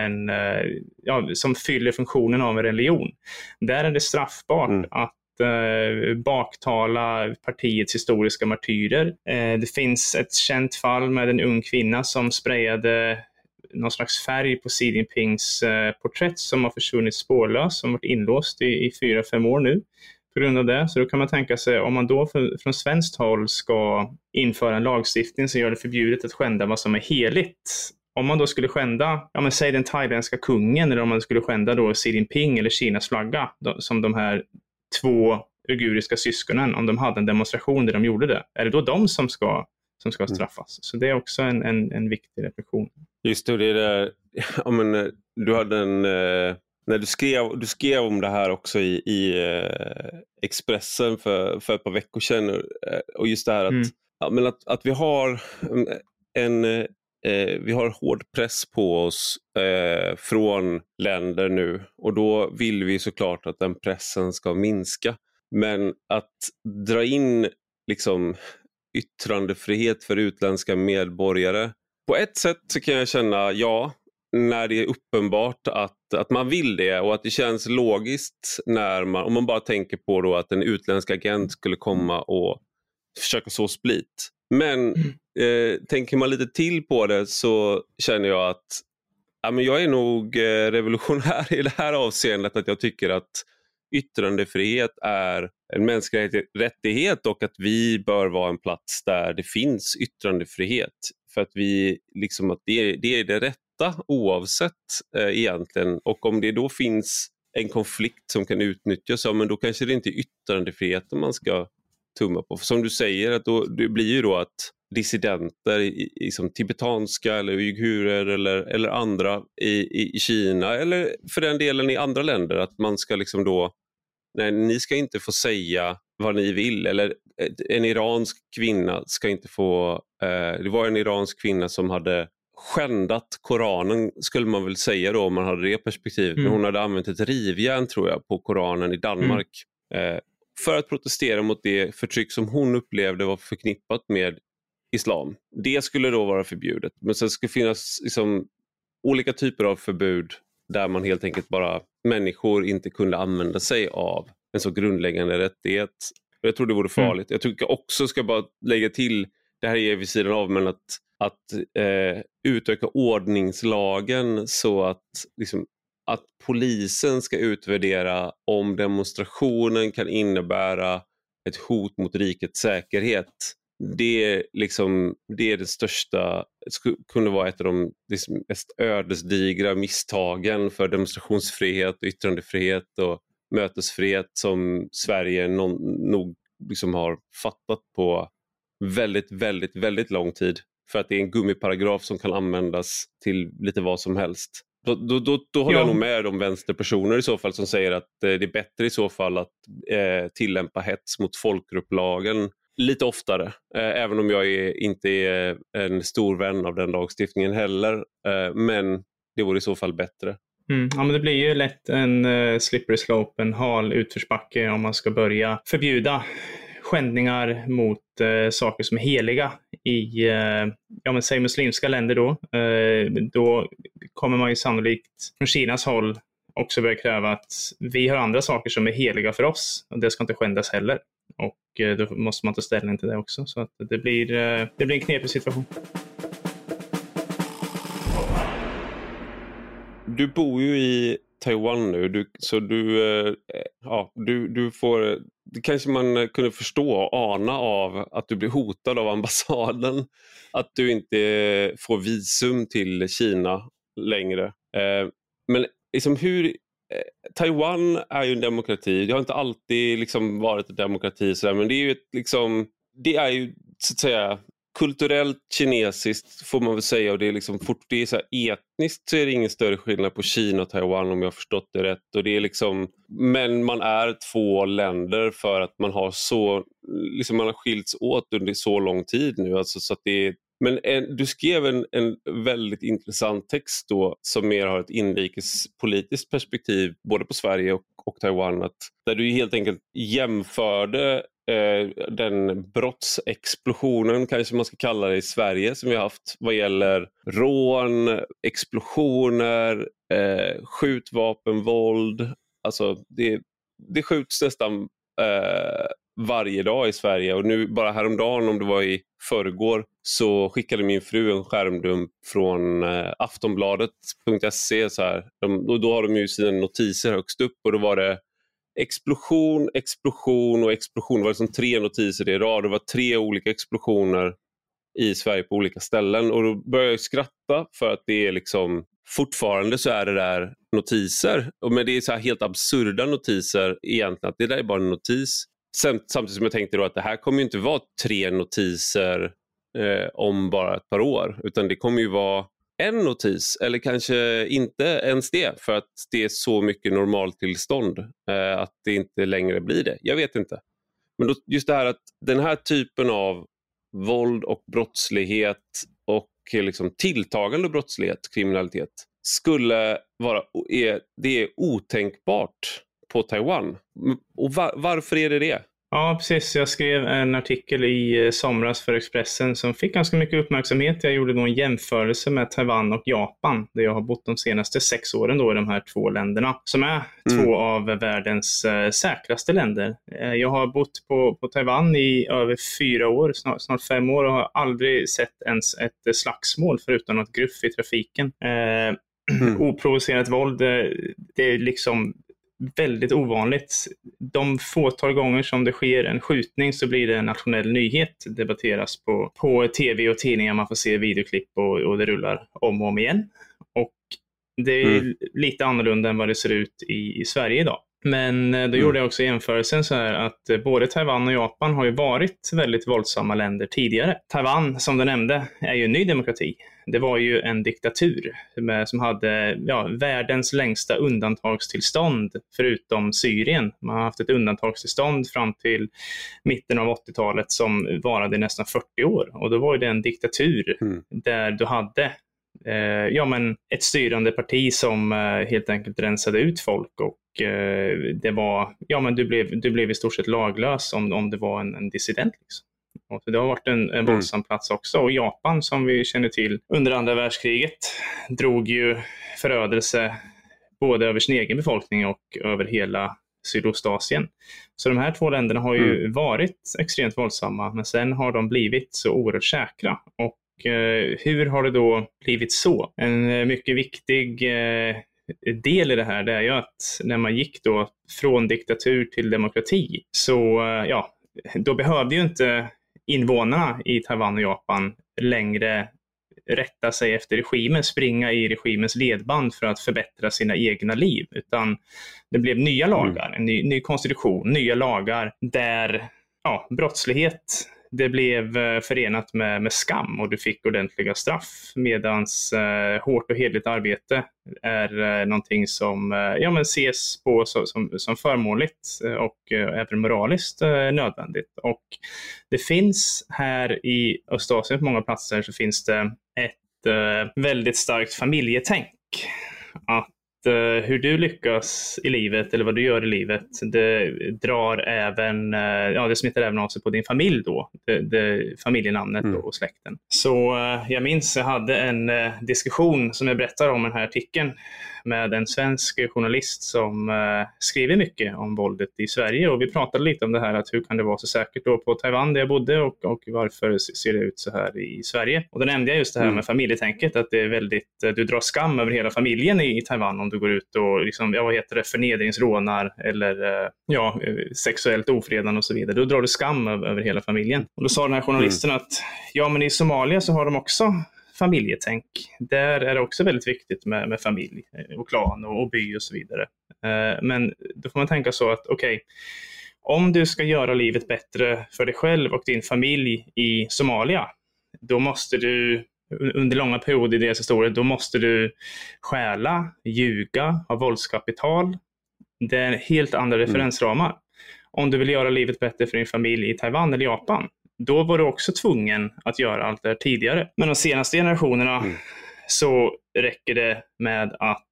som fyller funktionen av en religion, där är det straffbart att baktala partiets historiska martyrer. Det finns ett känt fall med en ung kvinna som sprayade någon slags färg på Xi Jinpings porträtt som har försvunnit spårlöst, som har varit inlåst i 4-5 år nu på grund av det. Så då kan man tänka sig, om man då från svenskt håll ska införa en lagstiftning som gör det förbjudet att skända vad som är heligt. Om man då skulle skända, säg den thailändska kungen, eller om man skulle skända då Xi Jinping eller Kinas flagga, som de här två uiguriska syskonen, om de hade en demonstration där de gjorde det, är det då de som ska straffas? Så det är också en viktig reflektion. Just det, det är det. Ja, men du hade när du skrev om det här också i Expressen för ett par veckor sedan, och just det här att vi har vi har hård press på oss från länder nu, och då vill vi såklart att den pressen ska minska, men att dra in liksom yttrandefrihet för utländska medborgare, på ett sätt så kan jag känna när det är uppenbart att man vill det, och att det känns logiskt om man bara tänker på då att en utländsk agent skulle komma och försöka så split. Men tänker man lite till på det, så känner jag att jag är nog revolutionär i det här avseendet, att jag tycker att yttrandefrihet är en mänsklig rättighet och att vi bör vara en plats där det finns yttrandefrihet. För att vi liksom att det är det rätta oavsett egentligen. Och om det då finns en konflikt som kan utnyttjas, men då kanske det inte är yttrandefriheten man ska tumma på. För som du säger, att då, det blir ju då att dissidenter som tibetanska eller uigurer eller andra i Kina eller för den delen i andra länder, att man ska liksom då, nej, ni ska inte få säga vad ni vill, eller en iransk kvinna ska inte få, det var en iransk kvinna som hade skändat Koranen, skulle man väl säga då om man hade det perspektivet, men hon hade använt ett rivjärn tror jag på Koranen i Danmark för att protestera mot det förtryck som hon upplevde var förknippat med islam. Det skulle då vara förbjudet, men sen ska finnas liksom olika typer av förbud där man helt enkelt bara, människor inte kunde använda sig av en så grundläggande rättighet. Jag tror det vore farligt. Jag tycker också, ska bara lägga till, det här är vid sidan av, men att utöka ordningslagen så att liksom, att polisen ska utvärdera om demonstrationen kan innebära ett hot mot rikets säkerhet. Det är det största, kunde vara ett av de mest ödesdigra misstagen för demonstrationsfrihet och yttrandefrihet och mötesfrihet som Sverige nog liksom har fattat på väldigt, väldigt, väldigt lång tid. För att det är en gummiparagraf som kan användas till lite vad som helst. Då håller jag nog med de vänsterpersoner i så fall som säger att det är bättre i så fall att tillämpa hets mot folkgrupplagen lite oftare. Även om jag inte är en stor vän av den lagstiftningen heller. Men det vore i så fall bättre. Ja, men det blir ju lätt en slippery slope, en hal utförsbacke om man ska börja förbjuda skändningar mot saker som är heliga i säg muslimska länder då. Då kommer man ju sannolikt från Kinas håll också börja kräva att vi har andra saker som är heliga för oss och det ska inte skändas heller. Och då måste man ta ställning till det också. Så att det blir en knepig situation. Du bor ju i Taiwan nu, så du får, det kanske man kunde förstå och ana av att du blir hotad av ambassaden, att du inte får visum till Kina längre. Men liksom Taiwan är ju en demokrati, det har inte alltid liksom varit en demokrati sådär, men det är ju det är ju så att säga kulturellt kinesiskt får man väl säga, och det är liksom det är så här, etniskt så är det ingen större skillnad på Kina och Taiwan om jag har förstått det rätt, och det är liksom, men man är två länder för att man har så liksom, man har skilts åt under så lång tid nu, alltså, så att det är, men du skrev en väldigt intressant text då som mer har ett inrikespolitiskt perspektiv både på Sverige och Taiwan, där du helt enkelt jämförde den brottsexplosionen, kanske man ska kalla det, i Sverige som vi har haft vad gäller rån, explosioner, skjutvapenvåld. Alltså det skjuts nästan varje dag i Sverige, och nu bara häromdagen, om det var i förrgår, så skickade min fru en skärmdump från aftonbladet.se så här. Då har de ju sina notiser högst upp, och då var det explosion och explosion. Det var liksom 3 notiser i rad. Det var 3 olika explosioner i Sverige på olika ställen, och då började jag skratta för att det är liksom, fortfarande så är det där notiser, men det är så här helt absurda notiser egentligen, att det där är bara en notis. Samtidigt som jag tänkte då att det här kommer ju inte vara 3 notiser om bara ett par år, utan det kommer ju vara en notis, eller kanske inte ens det, för att det är så mycket normaltillstånd att det inte längre blir det. Jag vet inte. Men då, just det här att den här typen av våld och brottslighet och liksom tilltagande brottslighet, kriminalitet, skulle vara, det är otänkbart på Taiwan. Och varför är det det? Ja, precis. Jag skrev en artikel i somras för Expressen som fick ganska mycket uppmärksamhet. Jag gjorde då en jämförelse med Taiwan och Japan, där jag har bott de senaste 6 åren då i de här 2 länderna, som är 2 av världens säkraste länder. Jag har bott på Taiwan i över 4 år, snart 5 år, och har aldrig sett ens ett slagsmål förutom något gruff i trafiken. Oprovocerat våld, det är liksom väldigt ovanligt. De fåtal gånger som det sker en skjutning så blir det en nationell nyhet, debatteras på tv och tidningar, man får se videoklipp och det rullar om och om igen. Och det är lite annorlunda än vad det ser ut i Sverige idag. Men då gjorde jag också jämförelsen så här att både Taiwan och Japan har ju varit väldigt våldsamma länder tidigare. Taiwan, som du nämnde, är ju en ny demokrati. Det var ju en diktatur som hade världens längsta undantagstillstånd förutom Syrien. Man har haft ett undantagstillstånd fram till mitten av 80-talet som varade nästan 40 år. Och då var det en diktatur där du hade ett styrande parti som helt enkelt rensade ut folk och det var, du blev i stort sett laglös om det var en dissident liksom. Och det har varit en våldsam plats också. Och Japan, som vi känner till under andra världskriget, drog ju förödelse både över sin egen befolkning och över hela Sydostasien. Så de här två länderna har ju varit extremt våldsamma, men sen har de blivit så oerhört säkra. Och hur har det då blivit så? En mycket viktig del i det här, det är ju att när man gick då från diktatur till demokrati, så då behövde ju inte invånarna i Taiwan och Japan längre rätta sig efter regimen, springa i regimens ledband för att förbättra sina egna liv, utan det blev nya lagar, en ny konstitution, nya lagar där brottslighet, det blev förenat med skam och du fick ordentliga straff, medans hårt och hedligt arbete är någonting som ses på som förmånligt och även moraliskt nödvändigt. Och det finns här i Östasien på många platser så finns det ett väldigt starkt familjetänk. Att hur du lyckas i livet eller vad du gör i livet, det drar även, det smittar även av sig på din familj då, det familjenamnet och släkten. Så jag minns jag hade en diskussion som jag berättar om i den här artikeln med en svensk journalist som skriver mycket om våldet i Sverige, och vi pratade lite om det här, att hur kan det vara så säkert då på Taiwan där jag bodde och varför ser det ut så här i Sverige. Och då nämnde jag just det här med familjetänket, att det är väldigt, du drar skam över hela familjen i Taiwan om du går ut och liksom, förnedringsrånar eller sexuellt ofredande och så vidare. Då drar du skam över hela familjen. Och då sa den här journalisten att men i Somalia så har de också familjetänk. Där är det också väldigt viktigt med familj och klan och by och så vidare. Men då får man tänka så att om du ska göra livet bättre för dig själv och din familj i Somalia, då måste du under långa perioder i deras historia, då måste du stjäla, ljuga, ha våldskapital. Det är helt andra referensramar. Om du vill göra livet bättre för din familj i Taiwan eller Japan, då var du också tvungen att göra allt det här tidigare. Men de senaste generationerna så räcker det med att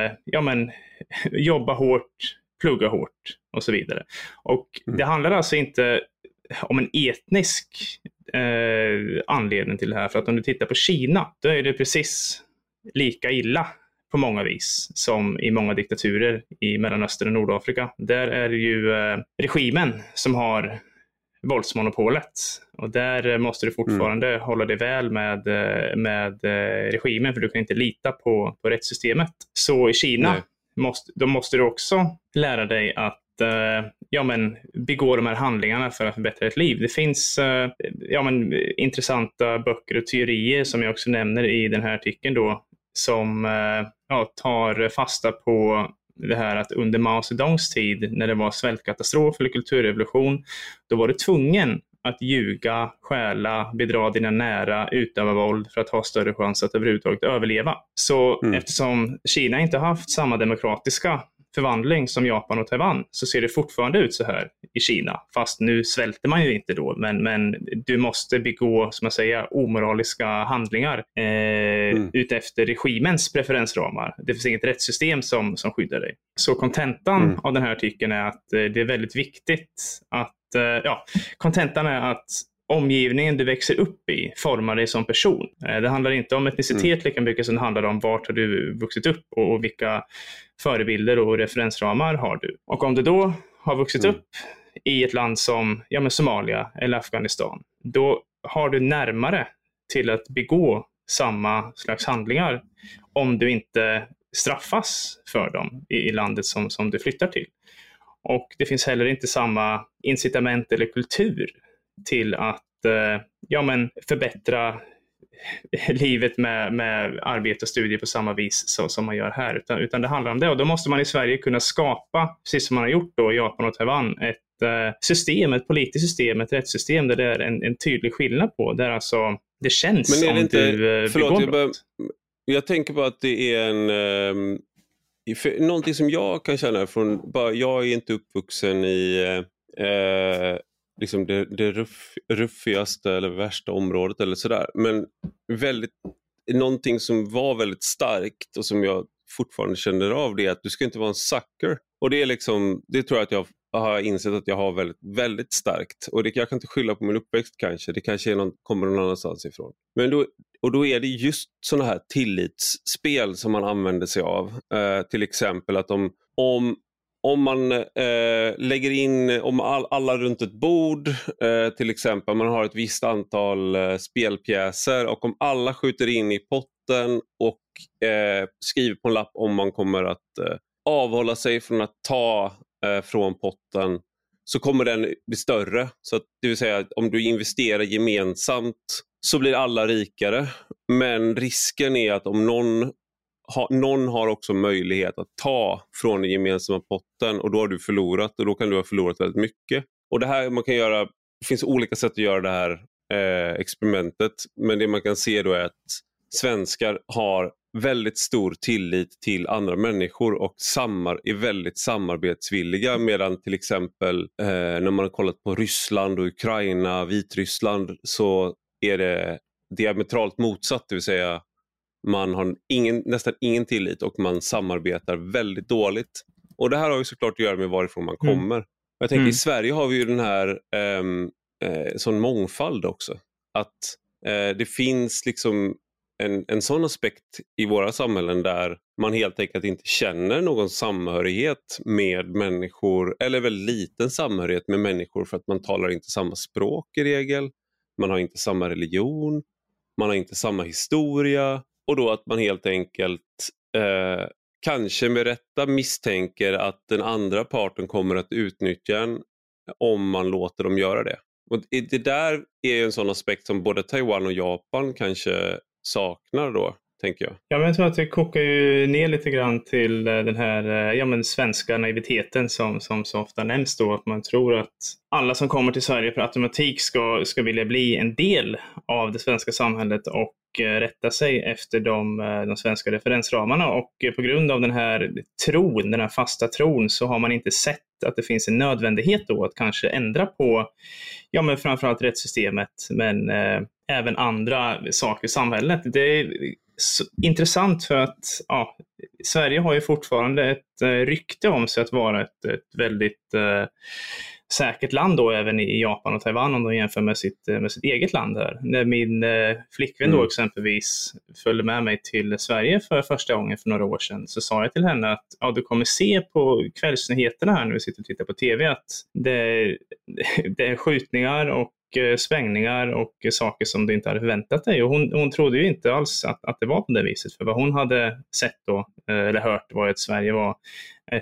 jobba hårt, plugga hårt och så vidare. Och det handlar alltså inte om en etnisk anledning till det här. För att om du tittar på Kina, då är det precis lika illa på många vis som i många diktaturer i Mellanöstern och Nordafrika. Där är det ju regimen som har våldsmonopolet, och där måste du fortfarande hålla dig väl med regimen, för du kan inte lita på rättssystemet. Så i Kina måste du också lära dig att begå de här handlingarna för att förbättra ett liv. Det finns intressanta böcker och teorier som jag också nämner i den här artikeln då, som tar fasta på det här att under Mao Zedongs tid, när det var svältkatastrof eller kulturrevolution, då var du tvungen att ljuga, stjäla, bedra dina nära, utöva våld för att ha större chans att överhuvudtaget överleva. Så eftersom Kina inte har haft samma demokratiska förvandling som Japan och Taiwan, så ser det fortfarande ut så här i Kina. Fast nu svälter man ju inte då, men du måste begå, som jag säger, omoraliska handlingar utefter regimens preferensramar. Det finns inget rättssystem som skyddar dig. Så kontentan av den här artikeln är att det är väldigt viktigt att kontentan är att omgivningen du växer upp i formar dig som person. Det handlar inte om etnicitet lika mycket som det handlar om vart har du vuxit upp och vilka förebilder och referensramar har du. Och om du då har vuxit upp i ett land som Somalia eller Afghanistan, då har du närmare till att begå samma slags handlingar om du inte straffas för dem i landet som du flyttar till. Och det finns heller inte samma incitament eller kultur till att förbättra livet med arbete och studier på samma vis som man gör här. Utan det handlar om det. Och då måste man i Sverige kunna skapa, precis som man har gjort då i Japan och Taiwan, ett system, ett politiskt system, ett rättssystem där det är en tydlig skillnad på. Där alltså det känns men är det om inte, du begår brott. Jag tänker på att det är någonting som jag kan känna jag är inte uppvuxen i liksom det ruffigaste eller värsta området eller sådär, men någonting som var väldigt starkt och som jag fortfarande känner av, det är att du ska inte vara en sucker. Och det är liksom, det tror jag att jag har insett att jag har väldigt, väldigt starkt. Och jag kan inte skylla på min uppväxt kanske. Det kanske kommer någon annanstans ifrån. Men då är det just sådana här tillitsspel som man använder sig av. Till exempel att om man lägger in, om alla runt ett bord, till exempel man har ett visst antal spelpjäser, och om alla skjuter in i potten och skriver på en lapp om man kommer att avhålla sig från att ta från potten, så kommer den bli större. Så att, det vill säga att om du investerar gemensamt så blir alla rikare. Men risken är att om någon har också möjlighet att ta från den gemensamma potten, och då har du förlorat, och då kan du ha förlorat väldigt mycket. Och det här man kan göra, det finns olika sätt att göra det här experimentet, men det man kan se då är att svenskar har väldigt stor tillit till andra människor och är väldigt samarbetsvilliga, medan till exempel när man har kollat på Ryssland och Ukraina, Vitryssland, så är det diametralt motsatt, det vill säga man har nästan ingen tillit och man samarbetar väldigt dåligt. Och det här har ju såklart att göra med varifrån man kommer. Jag tänker i Sverige har vi ju den här sån mångfald också. Att det finns liksom en sån aspekt i våra samhällen där man helt enkelt inte känner någon samhörighet med människor, eller väldigt liten samhörighet med människor, för att man talar inte samma språk i regel. Man har inte samma religion, man har inte samma historia, och då att man helt enkelt kanske med rätta misstänker att den andra parten kommer att utnyttja en om man låter dem göra det. Och det där är en sån aspekt som både Taiwan och Japan kanske saknar då, tänker jag. Ja, men jag tror att det kokar ju ner lite grann till den här svenska naiviteten som så ofta nämns då, att man tror att alla som kommer till Sverige för automatik ska vilja bli en del av det svenska samhället och rätta sig efter de svenska referensramarna, och på grund av den här tron, den här fasta tron, så har man inte sett att det finns en nödvändighet då att kanske ändra på, men framförallt rättssystemet, men även andra saker i samhället. Det är intressant för att Sverige har ju fortfarande ett rykte om sig att vara ett väldigt säkert land då, även i Japan och Taiwan, om de jämför med sitt eget land här. När min flickvän då exempelvis följde med mig till Sverige för första gången för några år sedan, så sa jag till henne att du kommer se på kvällsnyheterna här när vi sitter och tittar på tv att det är skjutningar och svängningar och saker som du inte hade förväntat dig. Och hon trodde ju inte alls att det var på det viset. För vad hon hade sett då, eller hört, var att Sverige var ett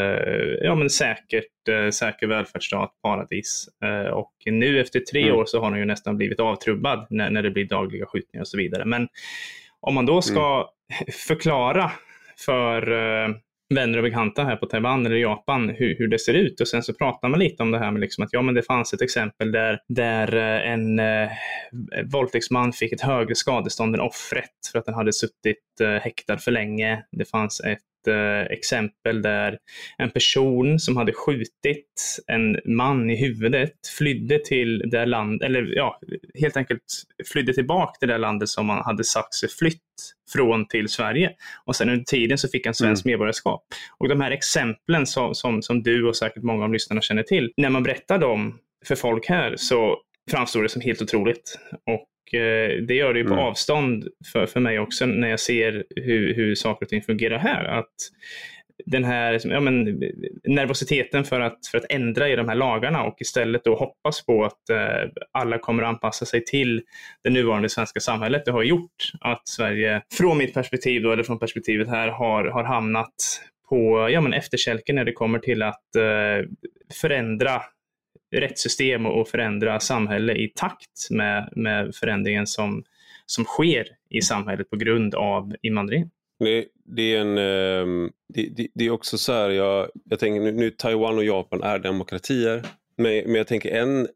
säker välfärdsstat, paradis. Och nu efter 3 år så har hon ju nästan blivit avtrubbad när det blir dagliga skjutningar och så vidare. Men om man då ska förklara för vänner och bekanta här på Taiwan eller Japan hur det ser ut, och sen så pratar man lite om det här med liksom att men det fanns ett exempel där en våldtäktsman fick ett högre skadestånd än offret för att den hade suttit häktad för länge. Det fanns ett exempel där en person som hade skjutit en man i huvudet flydde till det land, eller helt enkelt flydde tillbaka till det landet som man hade sagt sig flytt från till Sverige, och sen under tiden så fick han svensk medborgarskap. Och de här exemplen som du och säkert många av lyssnarna känner till, när man berättar dem för folk här så framstår det som helt otroligt. Och det gör det ju på avstånd för mig också när jag ser hur saker och ting fungerar här. Att den här nervositeten för att ändra i de här lagarna och istället då hoppas på att alla kommer att anpassa sig till det nuvarande svenska samhället. Det har gjort att Sverige från mitt perspektiv då, eller från perspektivet här har hamnat på efterkälken när det kommer till att förändra rättssystem och förändra samhälle i takt med förändringen som sker i samhället på grund av invandring. Det är också så här, jag tänker nu Taiwan och Japan är demokratier, men jag tänker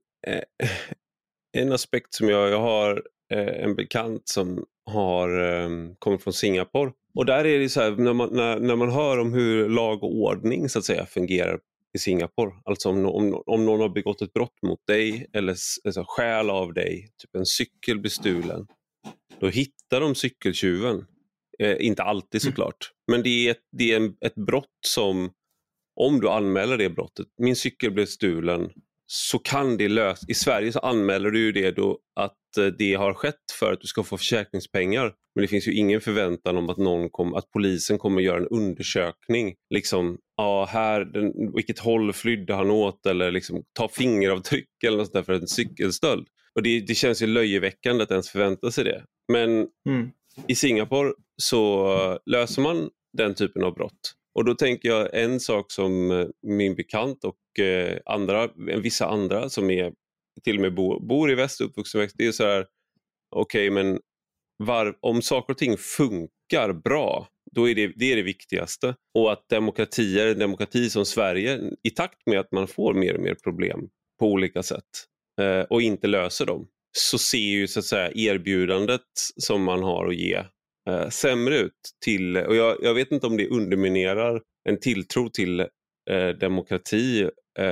en aspekt som jag har en bekant som har kommit från Singapore, och där är det så här, när man hör om hur lag och ordning så att säga fungerar i Singapore, alltså om någon har begått ett brott mot dig eller alltså, stjäl av dig, typ en cykel blir stulen, då hittar de cykeltjuven. Inte alltid såklart, men det är ett brott som, om du anmäler det brottet, min cykel blev stulen, så kan det lösas. I Sverige så anmäler du ju det då att det har skett för att du ska få försäkringspengar, men det finns ju ingen förväntan om att polisen kommer göra en undersökning, liksom, vilket håll flydde han åt, eller liksom ta fingeravtryck eller något där för en cykelstöld. Och det känns ju löjeväckande att ens förvänta sig det. Men i Singapore så löser man den typen av brott. Och då tänker jag en sak som min bekant och vissa andra som är till och med bor i väst, uppvuxen växt, det är så här, okej, men om saker och ting funkar bra, då är det är det viktigaste. Och att demokrati som Sverige, i takt med att man får mer och mer problem på olika sätt och inte löser dem, så ser ju så att säga erbjudandet som man har att ge sämre ut till, och jag vet inte om det underminerar en tilltro till demokrati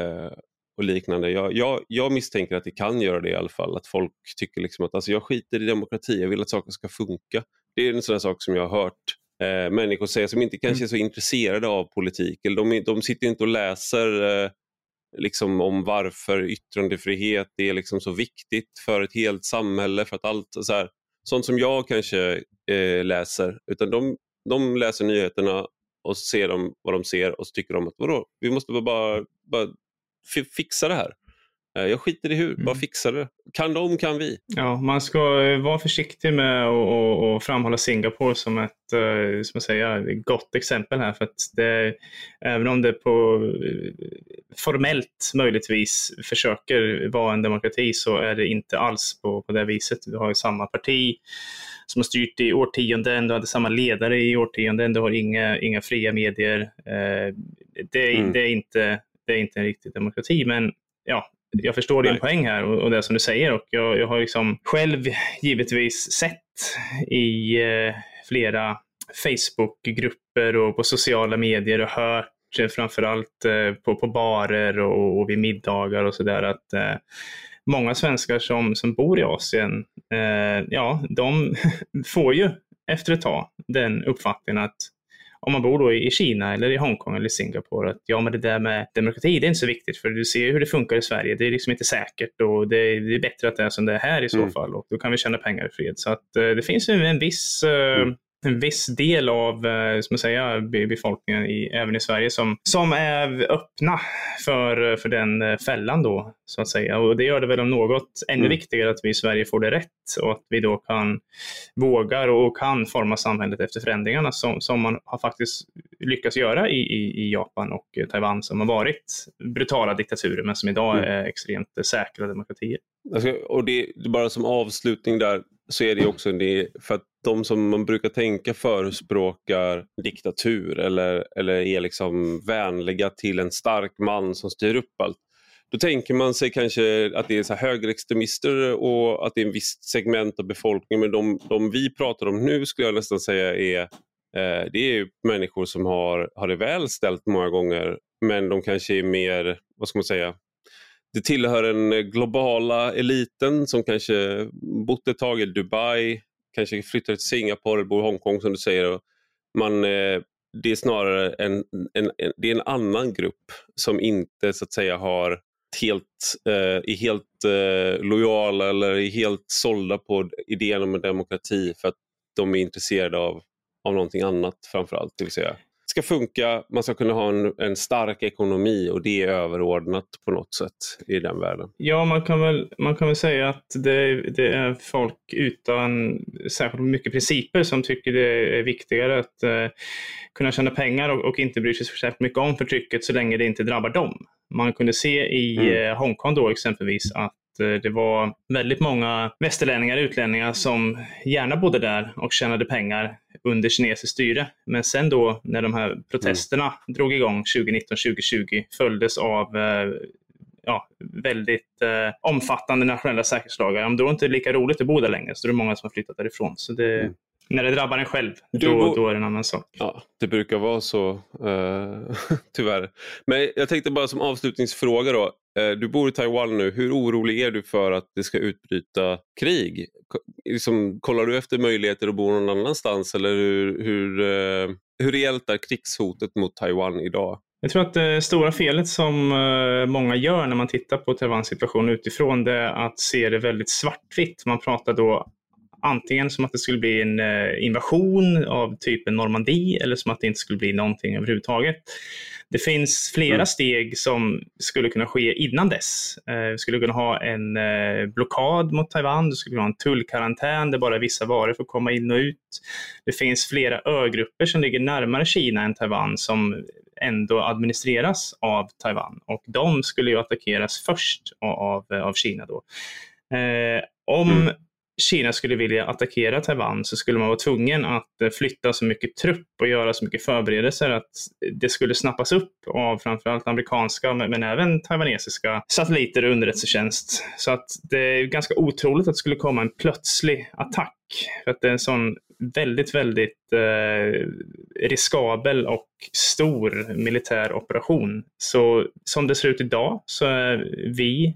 och liknande. Jag misstänker att det kan göra det i alla fall, att folk tycker liksom att jag skiter i demokrati, jag vill att saker ska funka. Det är en sån sak som jag har hört människor säga som inte kanske är så intresserade av politik, eller de sitter inte och läser liksom om varför yttrandefrihet är liksom så viktigt för ett helt samhälle, för att allt så här, sånt som jag kanske läser, utan de läser nyheterna och ser vad de ser och så tycker de att vi måste bara fixa det här. Jag skiter i hur, bara fixa det. Kan vi. Ja, man ska vara försiktig med att framhålla Singapore som ett gott exempel här, för att även om det på formellt möjligtvis försöker vara en demokrati, så är det inte alls på det viset. Du har ju samma parti som har styrt i årtionden, du hade samma ledare i årtionden, du har inga fria medier. Det är inte en riktig demokrati, men ja, jag förstår din poäng här och det som du säger, och jag har liksom själv givetvis sett i flera Facebook-grupper och på sociala medier och hört framförallt på barer och vid middagar och sådär, att många svenskar som bor i Asien, de får ju efter ett tag den uppfattningen att om man bor då i Kina eller i Hongkong eller i Singapore, att men det där med demokrati, det är inte så viktigt, för du ser hur det funkar i Sverige, det är liksom inte säkert, och det är bättre att det är som det är här i så fall, och då kan vi tjäna pengar i fred. Så att det finns ju en viss del av befolkningen även i Sverige som är öppna för den fällan då, så att säga. Och det gör det väl om något ännu viktigare att vi i Sverige får det rätt, och att vi då vågar och kan forma samhället efter förändringarna som man har faktiskt lyckats göra i Japan och Taiwan, som har varit brutala diktaturer men som idag är extremt säkra demokratier. Och det bara som avslutning där, så är det också för att de som man brukar tänka förespråkar diktatur eller är liksom vänliga till en stark man som styr upp allt, då tänker man sig kanske att det är så här högerextremister och att det är en viss segment av befolkningen, men de vi pratar om nu skulle jag nästan säga det är ju människor som har det väl ställt många gånger, men de kanske är mer, vad ska man säga, det tillhör den globala eliten som kanske bott ett tag i Dubai, kanske flyttar till Singapore eller bor i Hongkong som du säger. Och det är snarare det är en annan grupp som inte så att säga är helt lojala eller är helt sålda på idén om en demokrati, för att de är intresserade av någonting annat framförallt, det vill säga ska funka, man ska kunna ha en stark ekonomi och det är överordnat på något sätt i den världen. Ja, man kan väl säga att det är folk utan särskilt mycket principer som tycker det är viktigare att kunna tjäna pengar och inte bry sig särskilt mycket om förtrycket så länge det inte drabbar dem. Man kunde se i Hongkong då exempelvis att det var väldigt många västerlänningar, utlänningar som gärna bodde där och tjänade pengar under kinesiskt styre. Men sen då när de här protesterna drog igång 2019-2020 följdes av väldigt omfattande nationella säkerhetslagar. Om det då inte är lika roligt att bo där längre så är det många som har flyttat därifrån. Så när det drabbar en själv, då är det en annan sak. Ja, det brukar vara så, tyvärr. Men jag tänkte bara som avslutningsfråga då. Du bor i Taiwan nu. Hur orolig är du för att det ska utbryta krig? Kollar du efter möjligheter att bo någon annanstans? Eller hur reellt är krigshotet mot Taiwan idag? Jag tror att det stora felet som många gör när man tittar på Taiwans situation utifrån det är att se det väldigt svartvitt. Man pratar då antingen som att det skulle bli en invasion av typen Normandie eller som att det inte skulle bli någonting överhuvudtaget. Det finns flera steg som skulle kunna ske innan dess. Vi skulle kunna ha en blockad mot Taiwan, det skulle kunna ha en tullkarantän där bara vissa varor får komma in och ut. Det finns flera ögrupper som ligger närmare Kina än Taiwan som ändå administreras av Taiwan och de skulle ju attackeras först av Kina då. Om Kina skulle vilja attackera Taiwan så skulle man vara tvungen att flytta så mycket trupp och göra så mycket förberedelser att det skulle snappas upp av framförallt amerikanska men även taiwanesiska satelliter och underrättelsetjänst. Så att det är ganska otroligt att det skulle komma en plötslig attack. För att det är en sån väldigt, väldigt riskabel och stor militär operation. Så som det ser ut idag så är vi,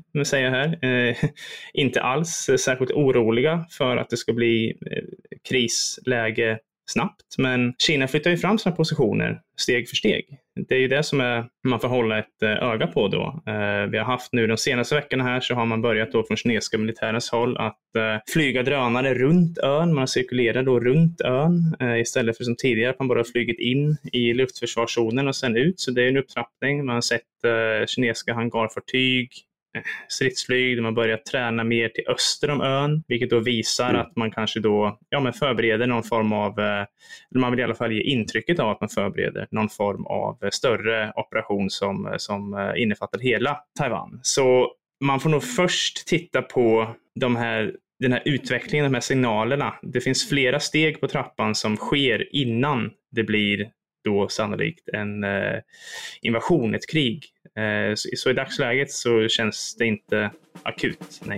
inte alls särskilt oroliga för att det ska bli krisläge snabbt. Men Kina flyttar ju fram sina positioner steg för steg. Det är ju det som man får hålla ett öga på då. Vi har haft nu de senaste veckorna här så har man börjat då från kinesiska militärens håll att flyga drönare runt ön. Man cirkulerar då runt ön istället för som tidigare att man bara flugit in i luftförsvarszonen och sen ut. Så det är en upptrappning. Man har sett kinesiska hangarfartyg, stridsflyg där man börjar träna mer till öster om ön, vilket då visar att man kanske då förbereder någon form av, man vill i alla fall ge intrycket av att man förbereder någon form av större operation som innefattar hela Taiwan. Så man får nog först titta på den här utvecklingen, de här signalerna. Det finns flera steg på trappan som sker innan det blir då sannolikt en invasion, ett krig. Så i dagsläget så känns det inte akut, nej.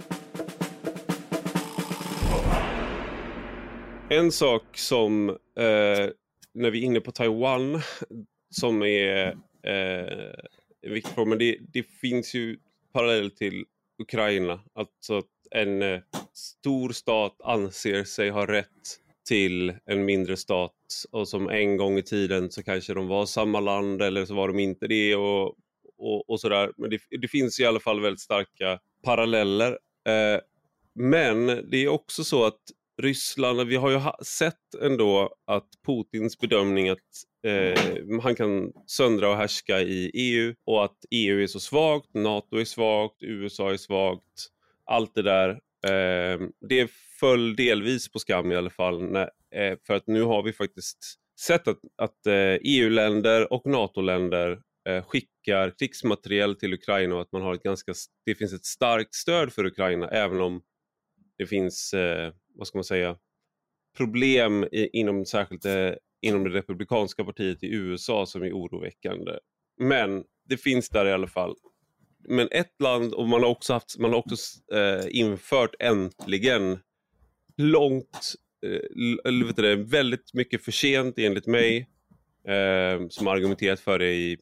En sak som, när vi är inne på Taiwan, som är en viktig fråga, men det finns ju parallell till Ukraina. Alltså att en stor stat anser sig ha rätt till en mindre stat och som en gång i tiden så kanske de var samma land eller så var de inte det och sådär. Men det finns i alla fall väldigt starka paralleller. Men det är också så att Ryssland, vi har ju sett ändå att Putins bedömning att han kan söndra och härska i EU och att EU är så svagt, NATO är svagt, USA är svagt, allt det där. Det föll delvis på skam i alla fall för att nu har vi faktiskt sett att EU-länder och NATO-länder skickar krigsmateriel till Ukraina och att man har det finns ett starkt stöd för Ukraina även om det finns problem särskilt inom det republikanska partiet i USA som är oroväckande. Men det finns där i alla fall. Men ett land, och man har också infört äntligen väldigt mycket för sent enligt mig, som argumenterat för det i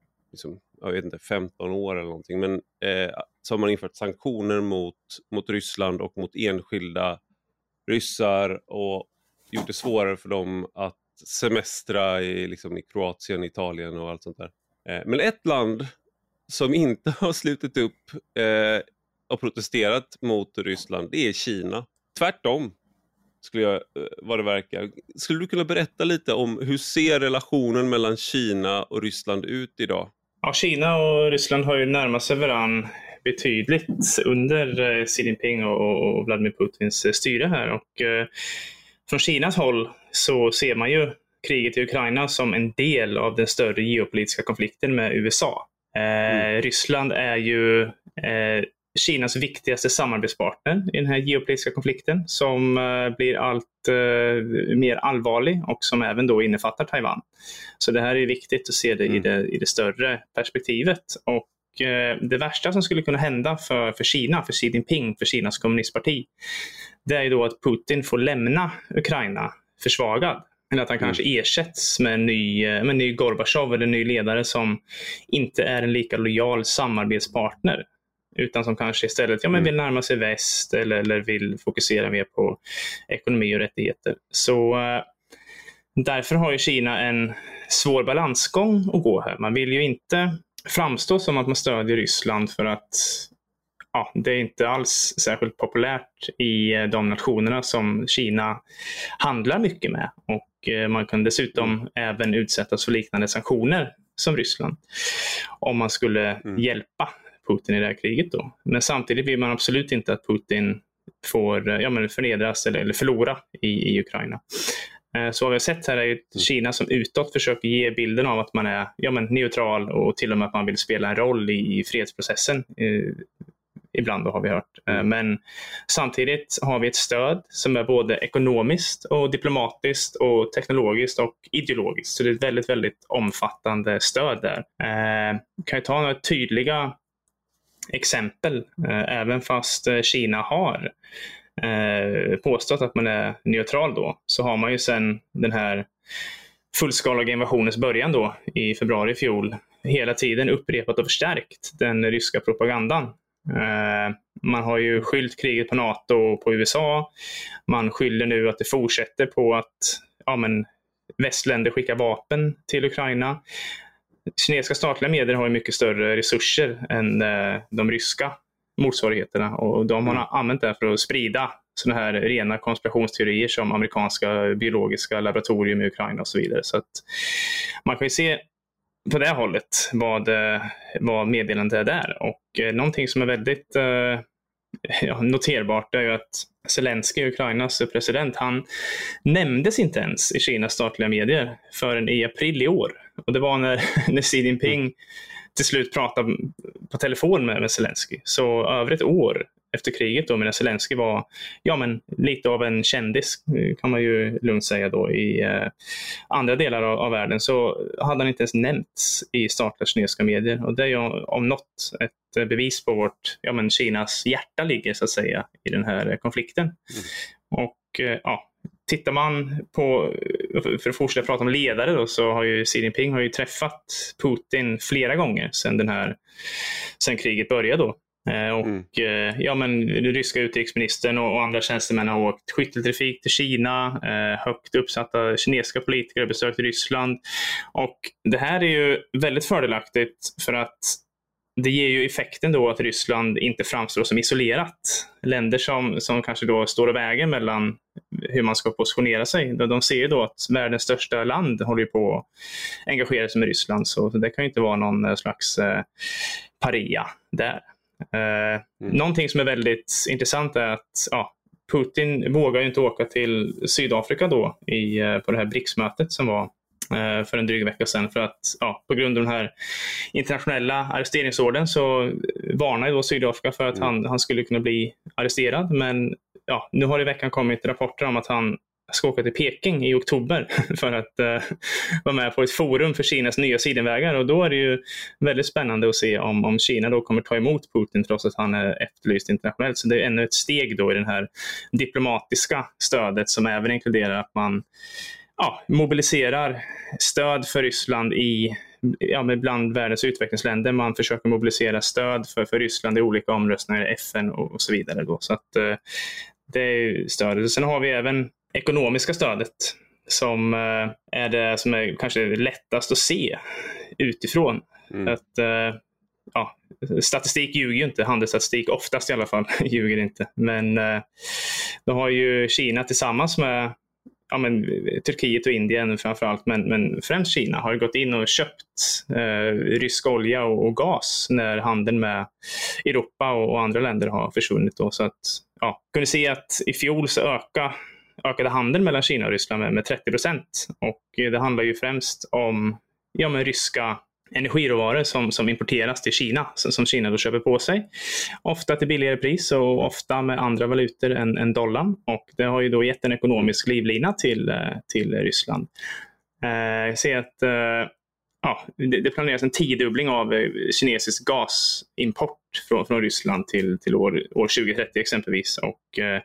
15 år eller någonting, men så har man infört sanktioner mot Ryssland och mot enskilda ryssar och gjort det svårare för dem att semestra i Kroatien, Italien och allt sånt där. Men ett land som inte har slutit upp och protesterat mot Ryssland, det är Kina. Tvärtom. vad det verkar. Skulle du kunna berätta lite om hur ser relationen mellan Kina och Ryssland ut idag? Ja, Kina och Ryssland har ju närmat sig varann betydligt under Xi Jinping och Vladimir Putins styre här. Och från Kinas håll så ser man ju kriget i Ukraina som en del av den större geopolitiska konflikten med USA. Ryssland är ju Kinas viktigaste samarbetspartner i den här geopolitiska konflikten som blir allt mer allvarlig och som även då innefattar Taiwan. Så det här är viktigt att se det i det större perspektivet. Och det värsta som skulle kunna hända för Kina, för Xi Jinping, för Kinas kommunistparti, det är ju då att Putin får lämna Ukraina försvagad. Eller att han kanske ersätts med en ny Gorbachev eller en ny ledare som inte är en lika lojal samarbetspartner. Utan som kanske istället vill närma sig väst eller vill fokusera mer på ekonomi och rättigheter. Så därför har ju Kina en svår balansgång att gå här. Man vill ju inte framstå som att man stödjer Ryssland för att det är inte alls särskilt populärt i de nationerna som Kina handlar mycket med. Och man kan dessutom även utsättas för liknande sanktioner som Ryssland om man skulle hjälpa Putin i det här kriget då. Men samtidigt vill man absolut inte att Putin får förnedras eller förlora i Ukraina. Så vad vi har sett här är ju Kina som utåt försöker ge bilden av att man är neutral och till och med att man vill spela en roll i fredsprocessen. Ibland då har vi hört. Men samtidigt har vi ett stöd som är både ekonomiskt och diplomatiskt och teknologiskt och ideologiskt. Så det är ett väldigt, väldigt omfattande stöd där. Kan jag ta några tydliga exempel? Även fast Kina har påstått att man är neutral då, så har man ju sedan den här fullskaliga invasionens början då i februari i fjol hela tiden upprepat och förstärkt den ryska propagandan. Man har ju skyllt kriget på NATO och på USA. Man skyller nu att det fortsätter på att västländer skickar vapen till Ukraina. Kinesiska statliga medier har ju mycket större resurser än de ryska motsvarigheterna, och de har använt det för att sprida såna här rena konspirationsteorier som amerikanska biologiska laboratorium i Ukraina och så vidare. Så att man kan ju se på det hållet vad meddelandet är där. Och någonting som är väldigt noterbart är ju att Zelensky, Ukrainas president, han nämndes inte ens i Kinas statliga medier förrän i april i år. Och det var när Xi Jinping till slut pratade på telefon med Zelensky. Så över ett år efter kriget då, medan Zelensky var lite av en kändis, kan man ju lugnt säga då, i andra delar av världen, så hade han inte ens nämnts i statliga kinesiska medier. Och det är ju om något ett bevis på vart Kinas hjärta ligger så att säga i den här konflikten. Och tittar man på, för att fortsätta prata om ledare då, så har ju Xi Jinping har ju träffat Putin flera gånger sedan kriget började då. Den ryska utrikesministern och andra tjänstemän har åkt skytteltrafik till Kina, högt uppsatta kinesiska politiker har besökt Ryssland, och det här är ju väldigt fördelaktigt för att det ger ju effekten då att Ryssland inte framstår som isolerat. Länder som kanske då står och väger mellan hur man ska positionera sig. De ser ju då att världens största land håller på att engagera sig med Ryssland. Så det kan ju inte vara någon slags paria där. Någonting som är väldigt intressant är att Putin vågar ju inte åka till Sydafrika då på det här BRICS-mötet som var för en dryg vecka sedan, för att på grund av den här internationella arresteringsorden så varnar ju då Sydafrika för att han skulle kunna bli arresterad. Men nu har i veckan kommit rapporter om att han ska åka till Peking i oktober för att vara med på ett forum för Kinas nya sidenvägar, och då är det ju väldigt spännande att se om Kina då kommer ta emot Putin trots att han är efterlyst internationellt. Så det är ännu ett steg då i den här diplomatiska stödet som även inkluderar att man mobiliserar stöd för Ryssland bland världens utvecklingsländer. Man försöker mobilisera stöd för Ryssland i olika omröstningar i FN och så vidare då. Så att det är stödet. Sen har vi även ekonomiska stödet som är det som är kanske lättast att se utifrån. Att statistik ljuger ju inte, handelsstatistik oftast i alla fall ljuger inte. Men Då har ju Kina tillsammans med Turkiet och Indien framförallt, men främst Kina har gått in och köpt rysk olja och gas när handeln med Europa och andra länder har försvunnit. Då. Så att, kunde se att i fjol så ökade handeln mellan Kina och Ryssland med 30%. Och det handlar ju främst om ryska energiråvaror som importeras till Kina, som Kina då köper på sig. Ofta till billigare pris och ofta med andra valutor än dollarn. Och det har ju då gett en ekonomisk livlina till Ryssland. Jag ser att det planeras en 10-dubbling av kinesisk gasimport från Ryssland till år 2030 exempelvis. Och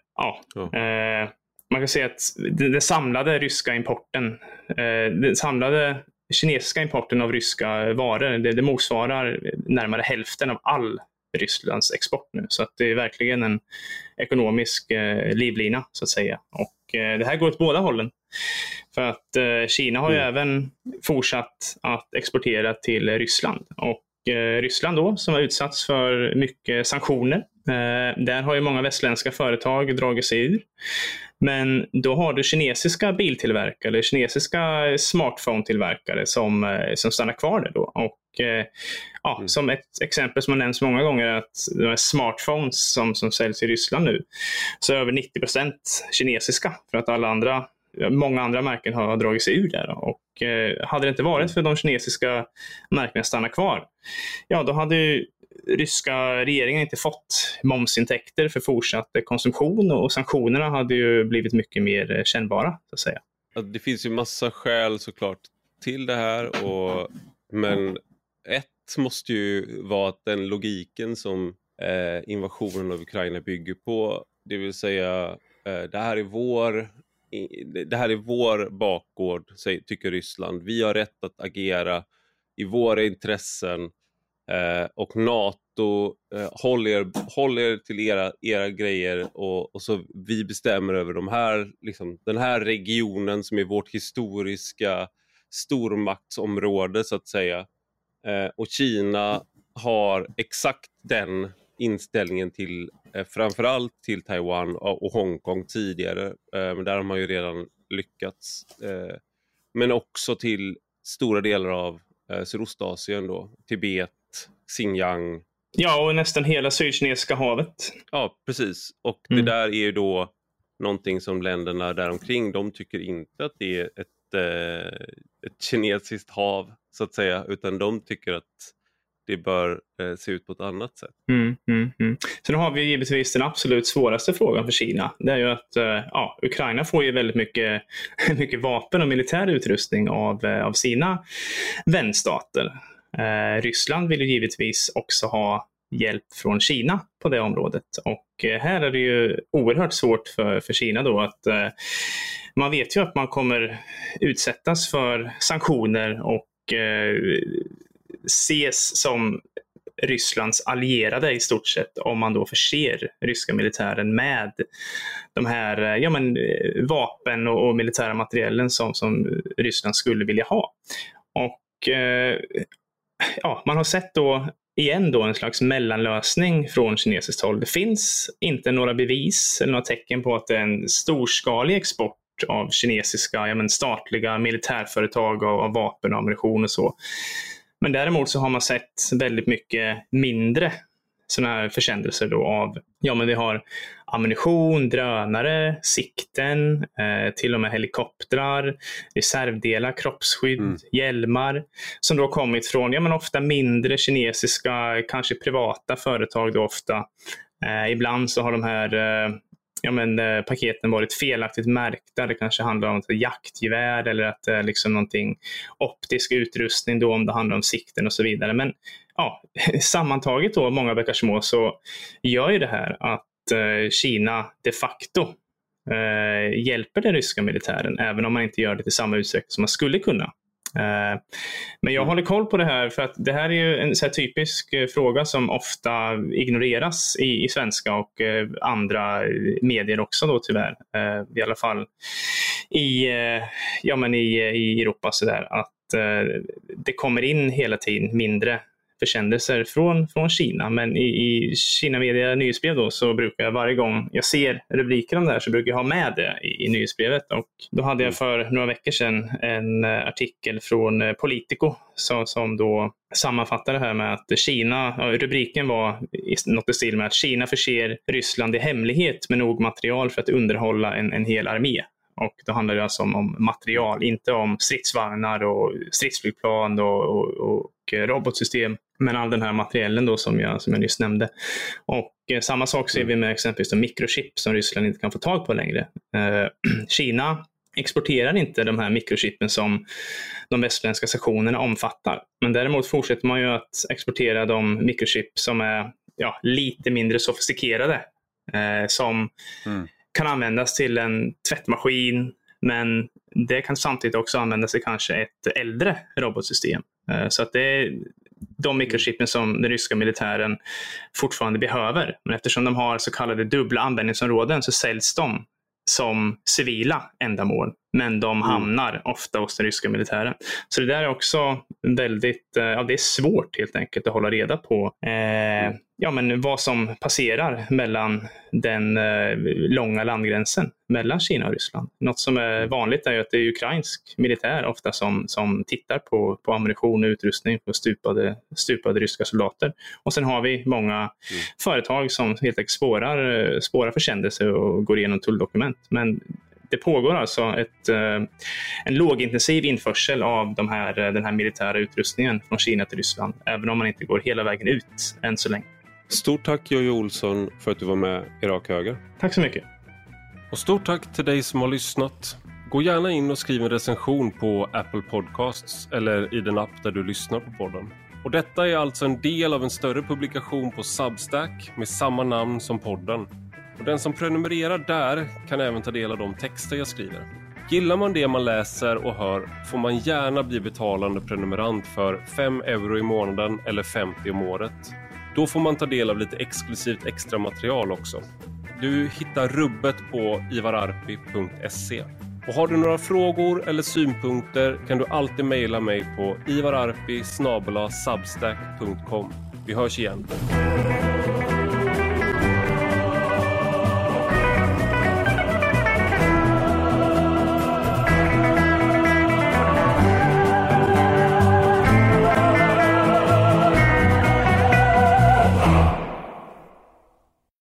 man kan säga att den samlade ryska importen, den samlade kinesiska importen av ryska varor, det motsvarar närmare hälften av all Rysslands export nu. Så att det är verkligen en ekonomisk livlina så att säga. Och det här går åt båda hållen. För att Kina har ju även fortsatt att exportera till Ryssland. Och Ryssland då, som har utsatts för mycket sanktioner. Där har ju många västländska företag dragit sig ur. Men då har du kinesiska biltillverkare, kinesiska smartphone-tillverkare som stannar kvar där då. Och som ett exempel som har nämnts många gånger är att de här smartphones som säljs i Ryssland nu, så är över 90% kinesiska, för att många andra märken har dragit sig ur där. Och hade det inte varit för de kinesiska märkena stanna kvar, då hade ju ryska regeringen inte fått momsintäkter för fortsatt konsumtion, och sanktionerna hade ju blivit mycket mer kännbara så att säga. Det finns ju massa skäl såklart till det här, men ett måste ju vara att den logiken som invasionen av Ukraina bygger på, det vill säga det här är vår bakgård, tycker Ryssland. Vi har rätt att agera i våra intressen, och NATO håller till era grejer, och så vi bestämmer över den här regionen som är vårt historiska stormaktsområde så att säga. Och Kina har exakt den inställningen till framförallt till Taiwan och Hongkong tidigare, men där har man ju redan lyckats, men också till stora delar av Sydostasien då, Tibet, Xinjiang. Ja, och nästan hela Sydkinesiska havet. Ja, precis. Och det där är ju då någonting som länderna däromkring, de tycker inte att det är ett kinesiskt hav så att säga, utan de tycker att det bör se ut på ett annat sätt. Så nu har vi givetvis den absolut svåraste frågan för Kina. Det är ju att Ukraina får ju väldigt mycket vapen och militär utrustning av sina vänstater. Ryssland vill ju givetvis också ha hjälp från Kina på det området. Och här är det ju oerhört svårt för Kina då att man vet ju att man kommer utsättas för sanktioner och ses som Rysslands allierade i stort sett om man då förser ryska militären med de här vapen och militära materiellen som Ryssland skulle vilja ha. Och man har sett då igen en slags mellanlösning från kinesiskt håll. Det finns inte några bevis eller några tecken på att det är en storskalig export av kinesiska statliga militärföretag av vapen och ammunition och så. Men däremot så har man sett väldigt mycket mindre sådana här försändelser då av, men vi har ammunition, drönare, sikten, till och med helikoptrar, reservdelar, kroppsskydd, hjälmar som då har kommit från, ofta mindre kinesiska, kanske privata företag då ofta. Ibland så har de här paketen varit felaktigt märkta. Det kanske handlar om ett jaktgevär eller att det är liksom någonting optisk utrustning då, om det handlar om sikten och så vidare. Men sammantaget då, många bäckar små, så gör ju det här att Kina de facto hjälper den ryska militären, även om man inte gör det till samma utsträckning som man skulle kunna. Men jag håller koll på det här, för att det här är ju en så här typisk fråga som ofta ignoreras i svenska och andra medier också då tyvärr. I alla fall i Europa så där, att det kommer in hela tiden mindre försändelser från Kina. Men i Kina Media nyhetsbrev då, så brukar jag varje gång jag ser rubriker om det här så brukar jag ha med det i nyhetsbrevet. Och då hade jag för några veckor sedan en artikel från Politico som då sammanfattar det här med att rubriken var något i stil med att Kina förser Ryssland i hemlighet med nog material för att underhålla en hel armé. Och då handlar det alltså om material, inte om stridsvagnar och stridsflygplan och robotsystem. Men all den här materiellen då som jag nyss nämnde. Och samma sak ser vi med exempelvis de mikrochip som Ryssland inte kan få tag på längre. Kina exporterar inte de här mikrochippen som de västländska sanktionerna omfattar. Men däremot fortsätter man ju att exportera de mikrochip som är lite mindre sofistikerade. Som kan användas till en tvättmaskin, men det kan samtidigt också användas till kanske ett äldre robotsystem. Så att det är de mikrochippen som den ryska militären fortfarande behöver. Men eftersom de har så kallade dubbla användningsområden så säljs de som civila ändamål, men de hamnar ofta hos den ryska militären. Så det där är också väldigt, det är svårt helt enkelt att hålla reda på men vad som passerar mellan den långa landgränsen mellan Kina och Ryssland. Något som är vanligt är ju att det är ukrainsk militär ofta som tittar på ammunition och utrustning på stupade ryska soldater. Och sen har vi många företag som helt enkelt spårar försändelser och går igenom tulldokument. Men det pågår alltså en lågintensiv införsel av den här militära utrustningen från Kina till Ryssland, även om man inte går hela vägen ut än så länge. Stort tack Jojje Olsson för att du var med i Rak Höger. Tack så mycket. Och stort tack till dig som har lyssnat. Gå gärna in och skriv en recension på Apple Podcasts eller i den app där du lyssnar på podden. Och detta är alltså en del av en större publikation på Substack med samma namn som podden. Och den som prenumererar där kan även ta del av de texter jag skriver. Gillar man det man läser och hör får man gärna bli betalande prenumerant för 5 euro i månaden eller 50 om året. Då får man ta del av lite exklusivt extra material också. Du hittar rubbet på ivararpi.se. Och har du några frågor eller synpunkter kan du alltid mejla mig på ivararpi@substack.com. Vi hörs igen.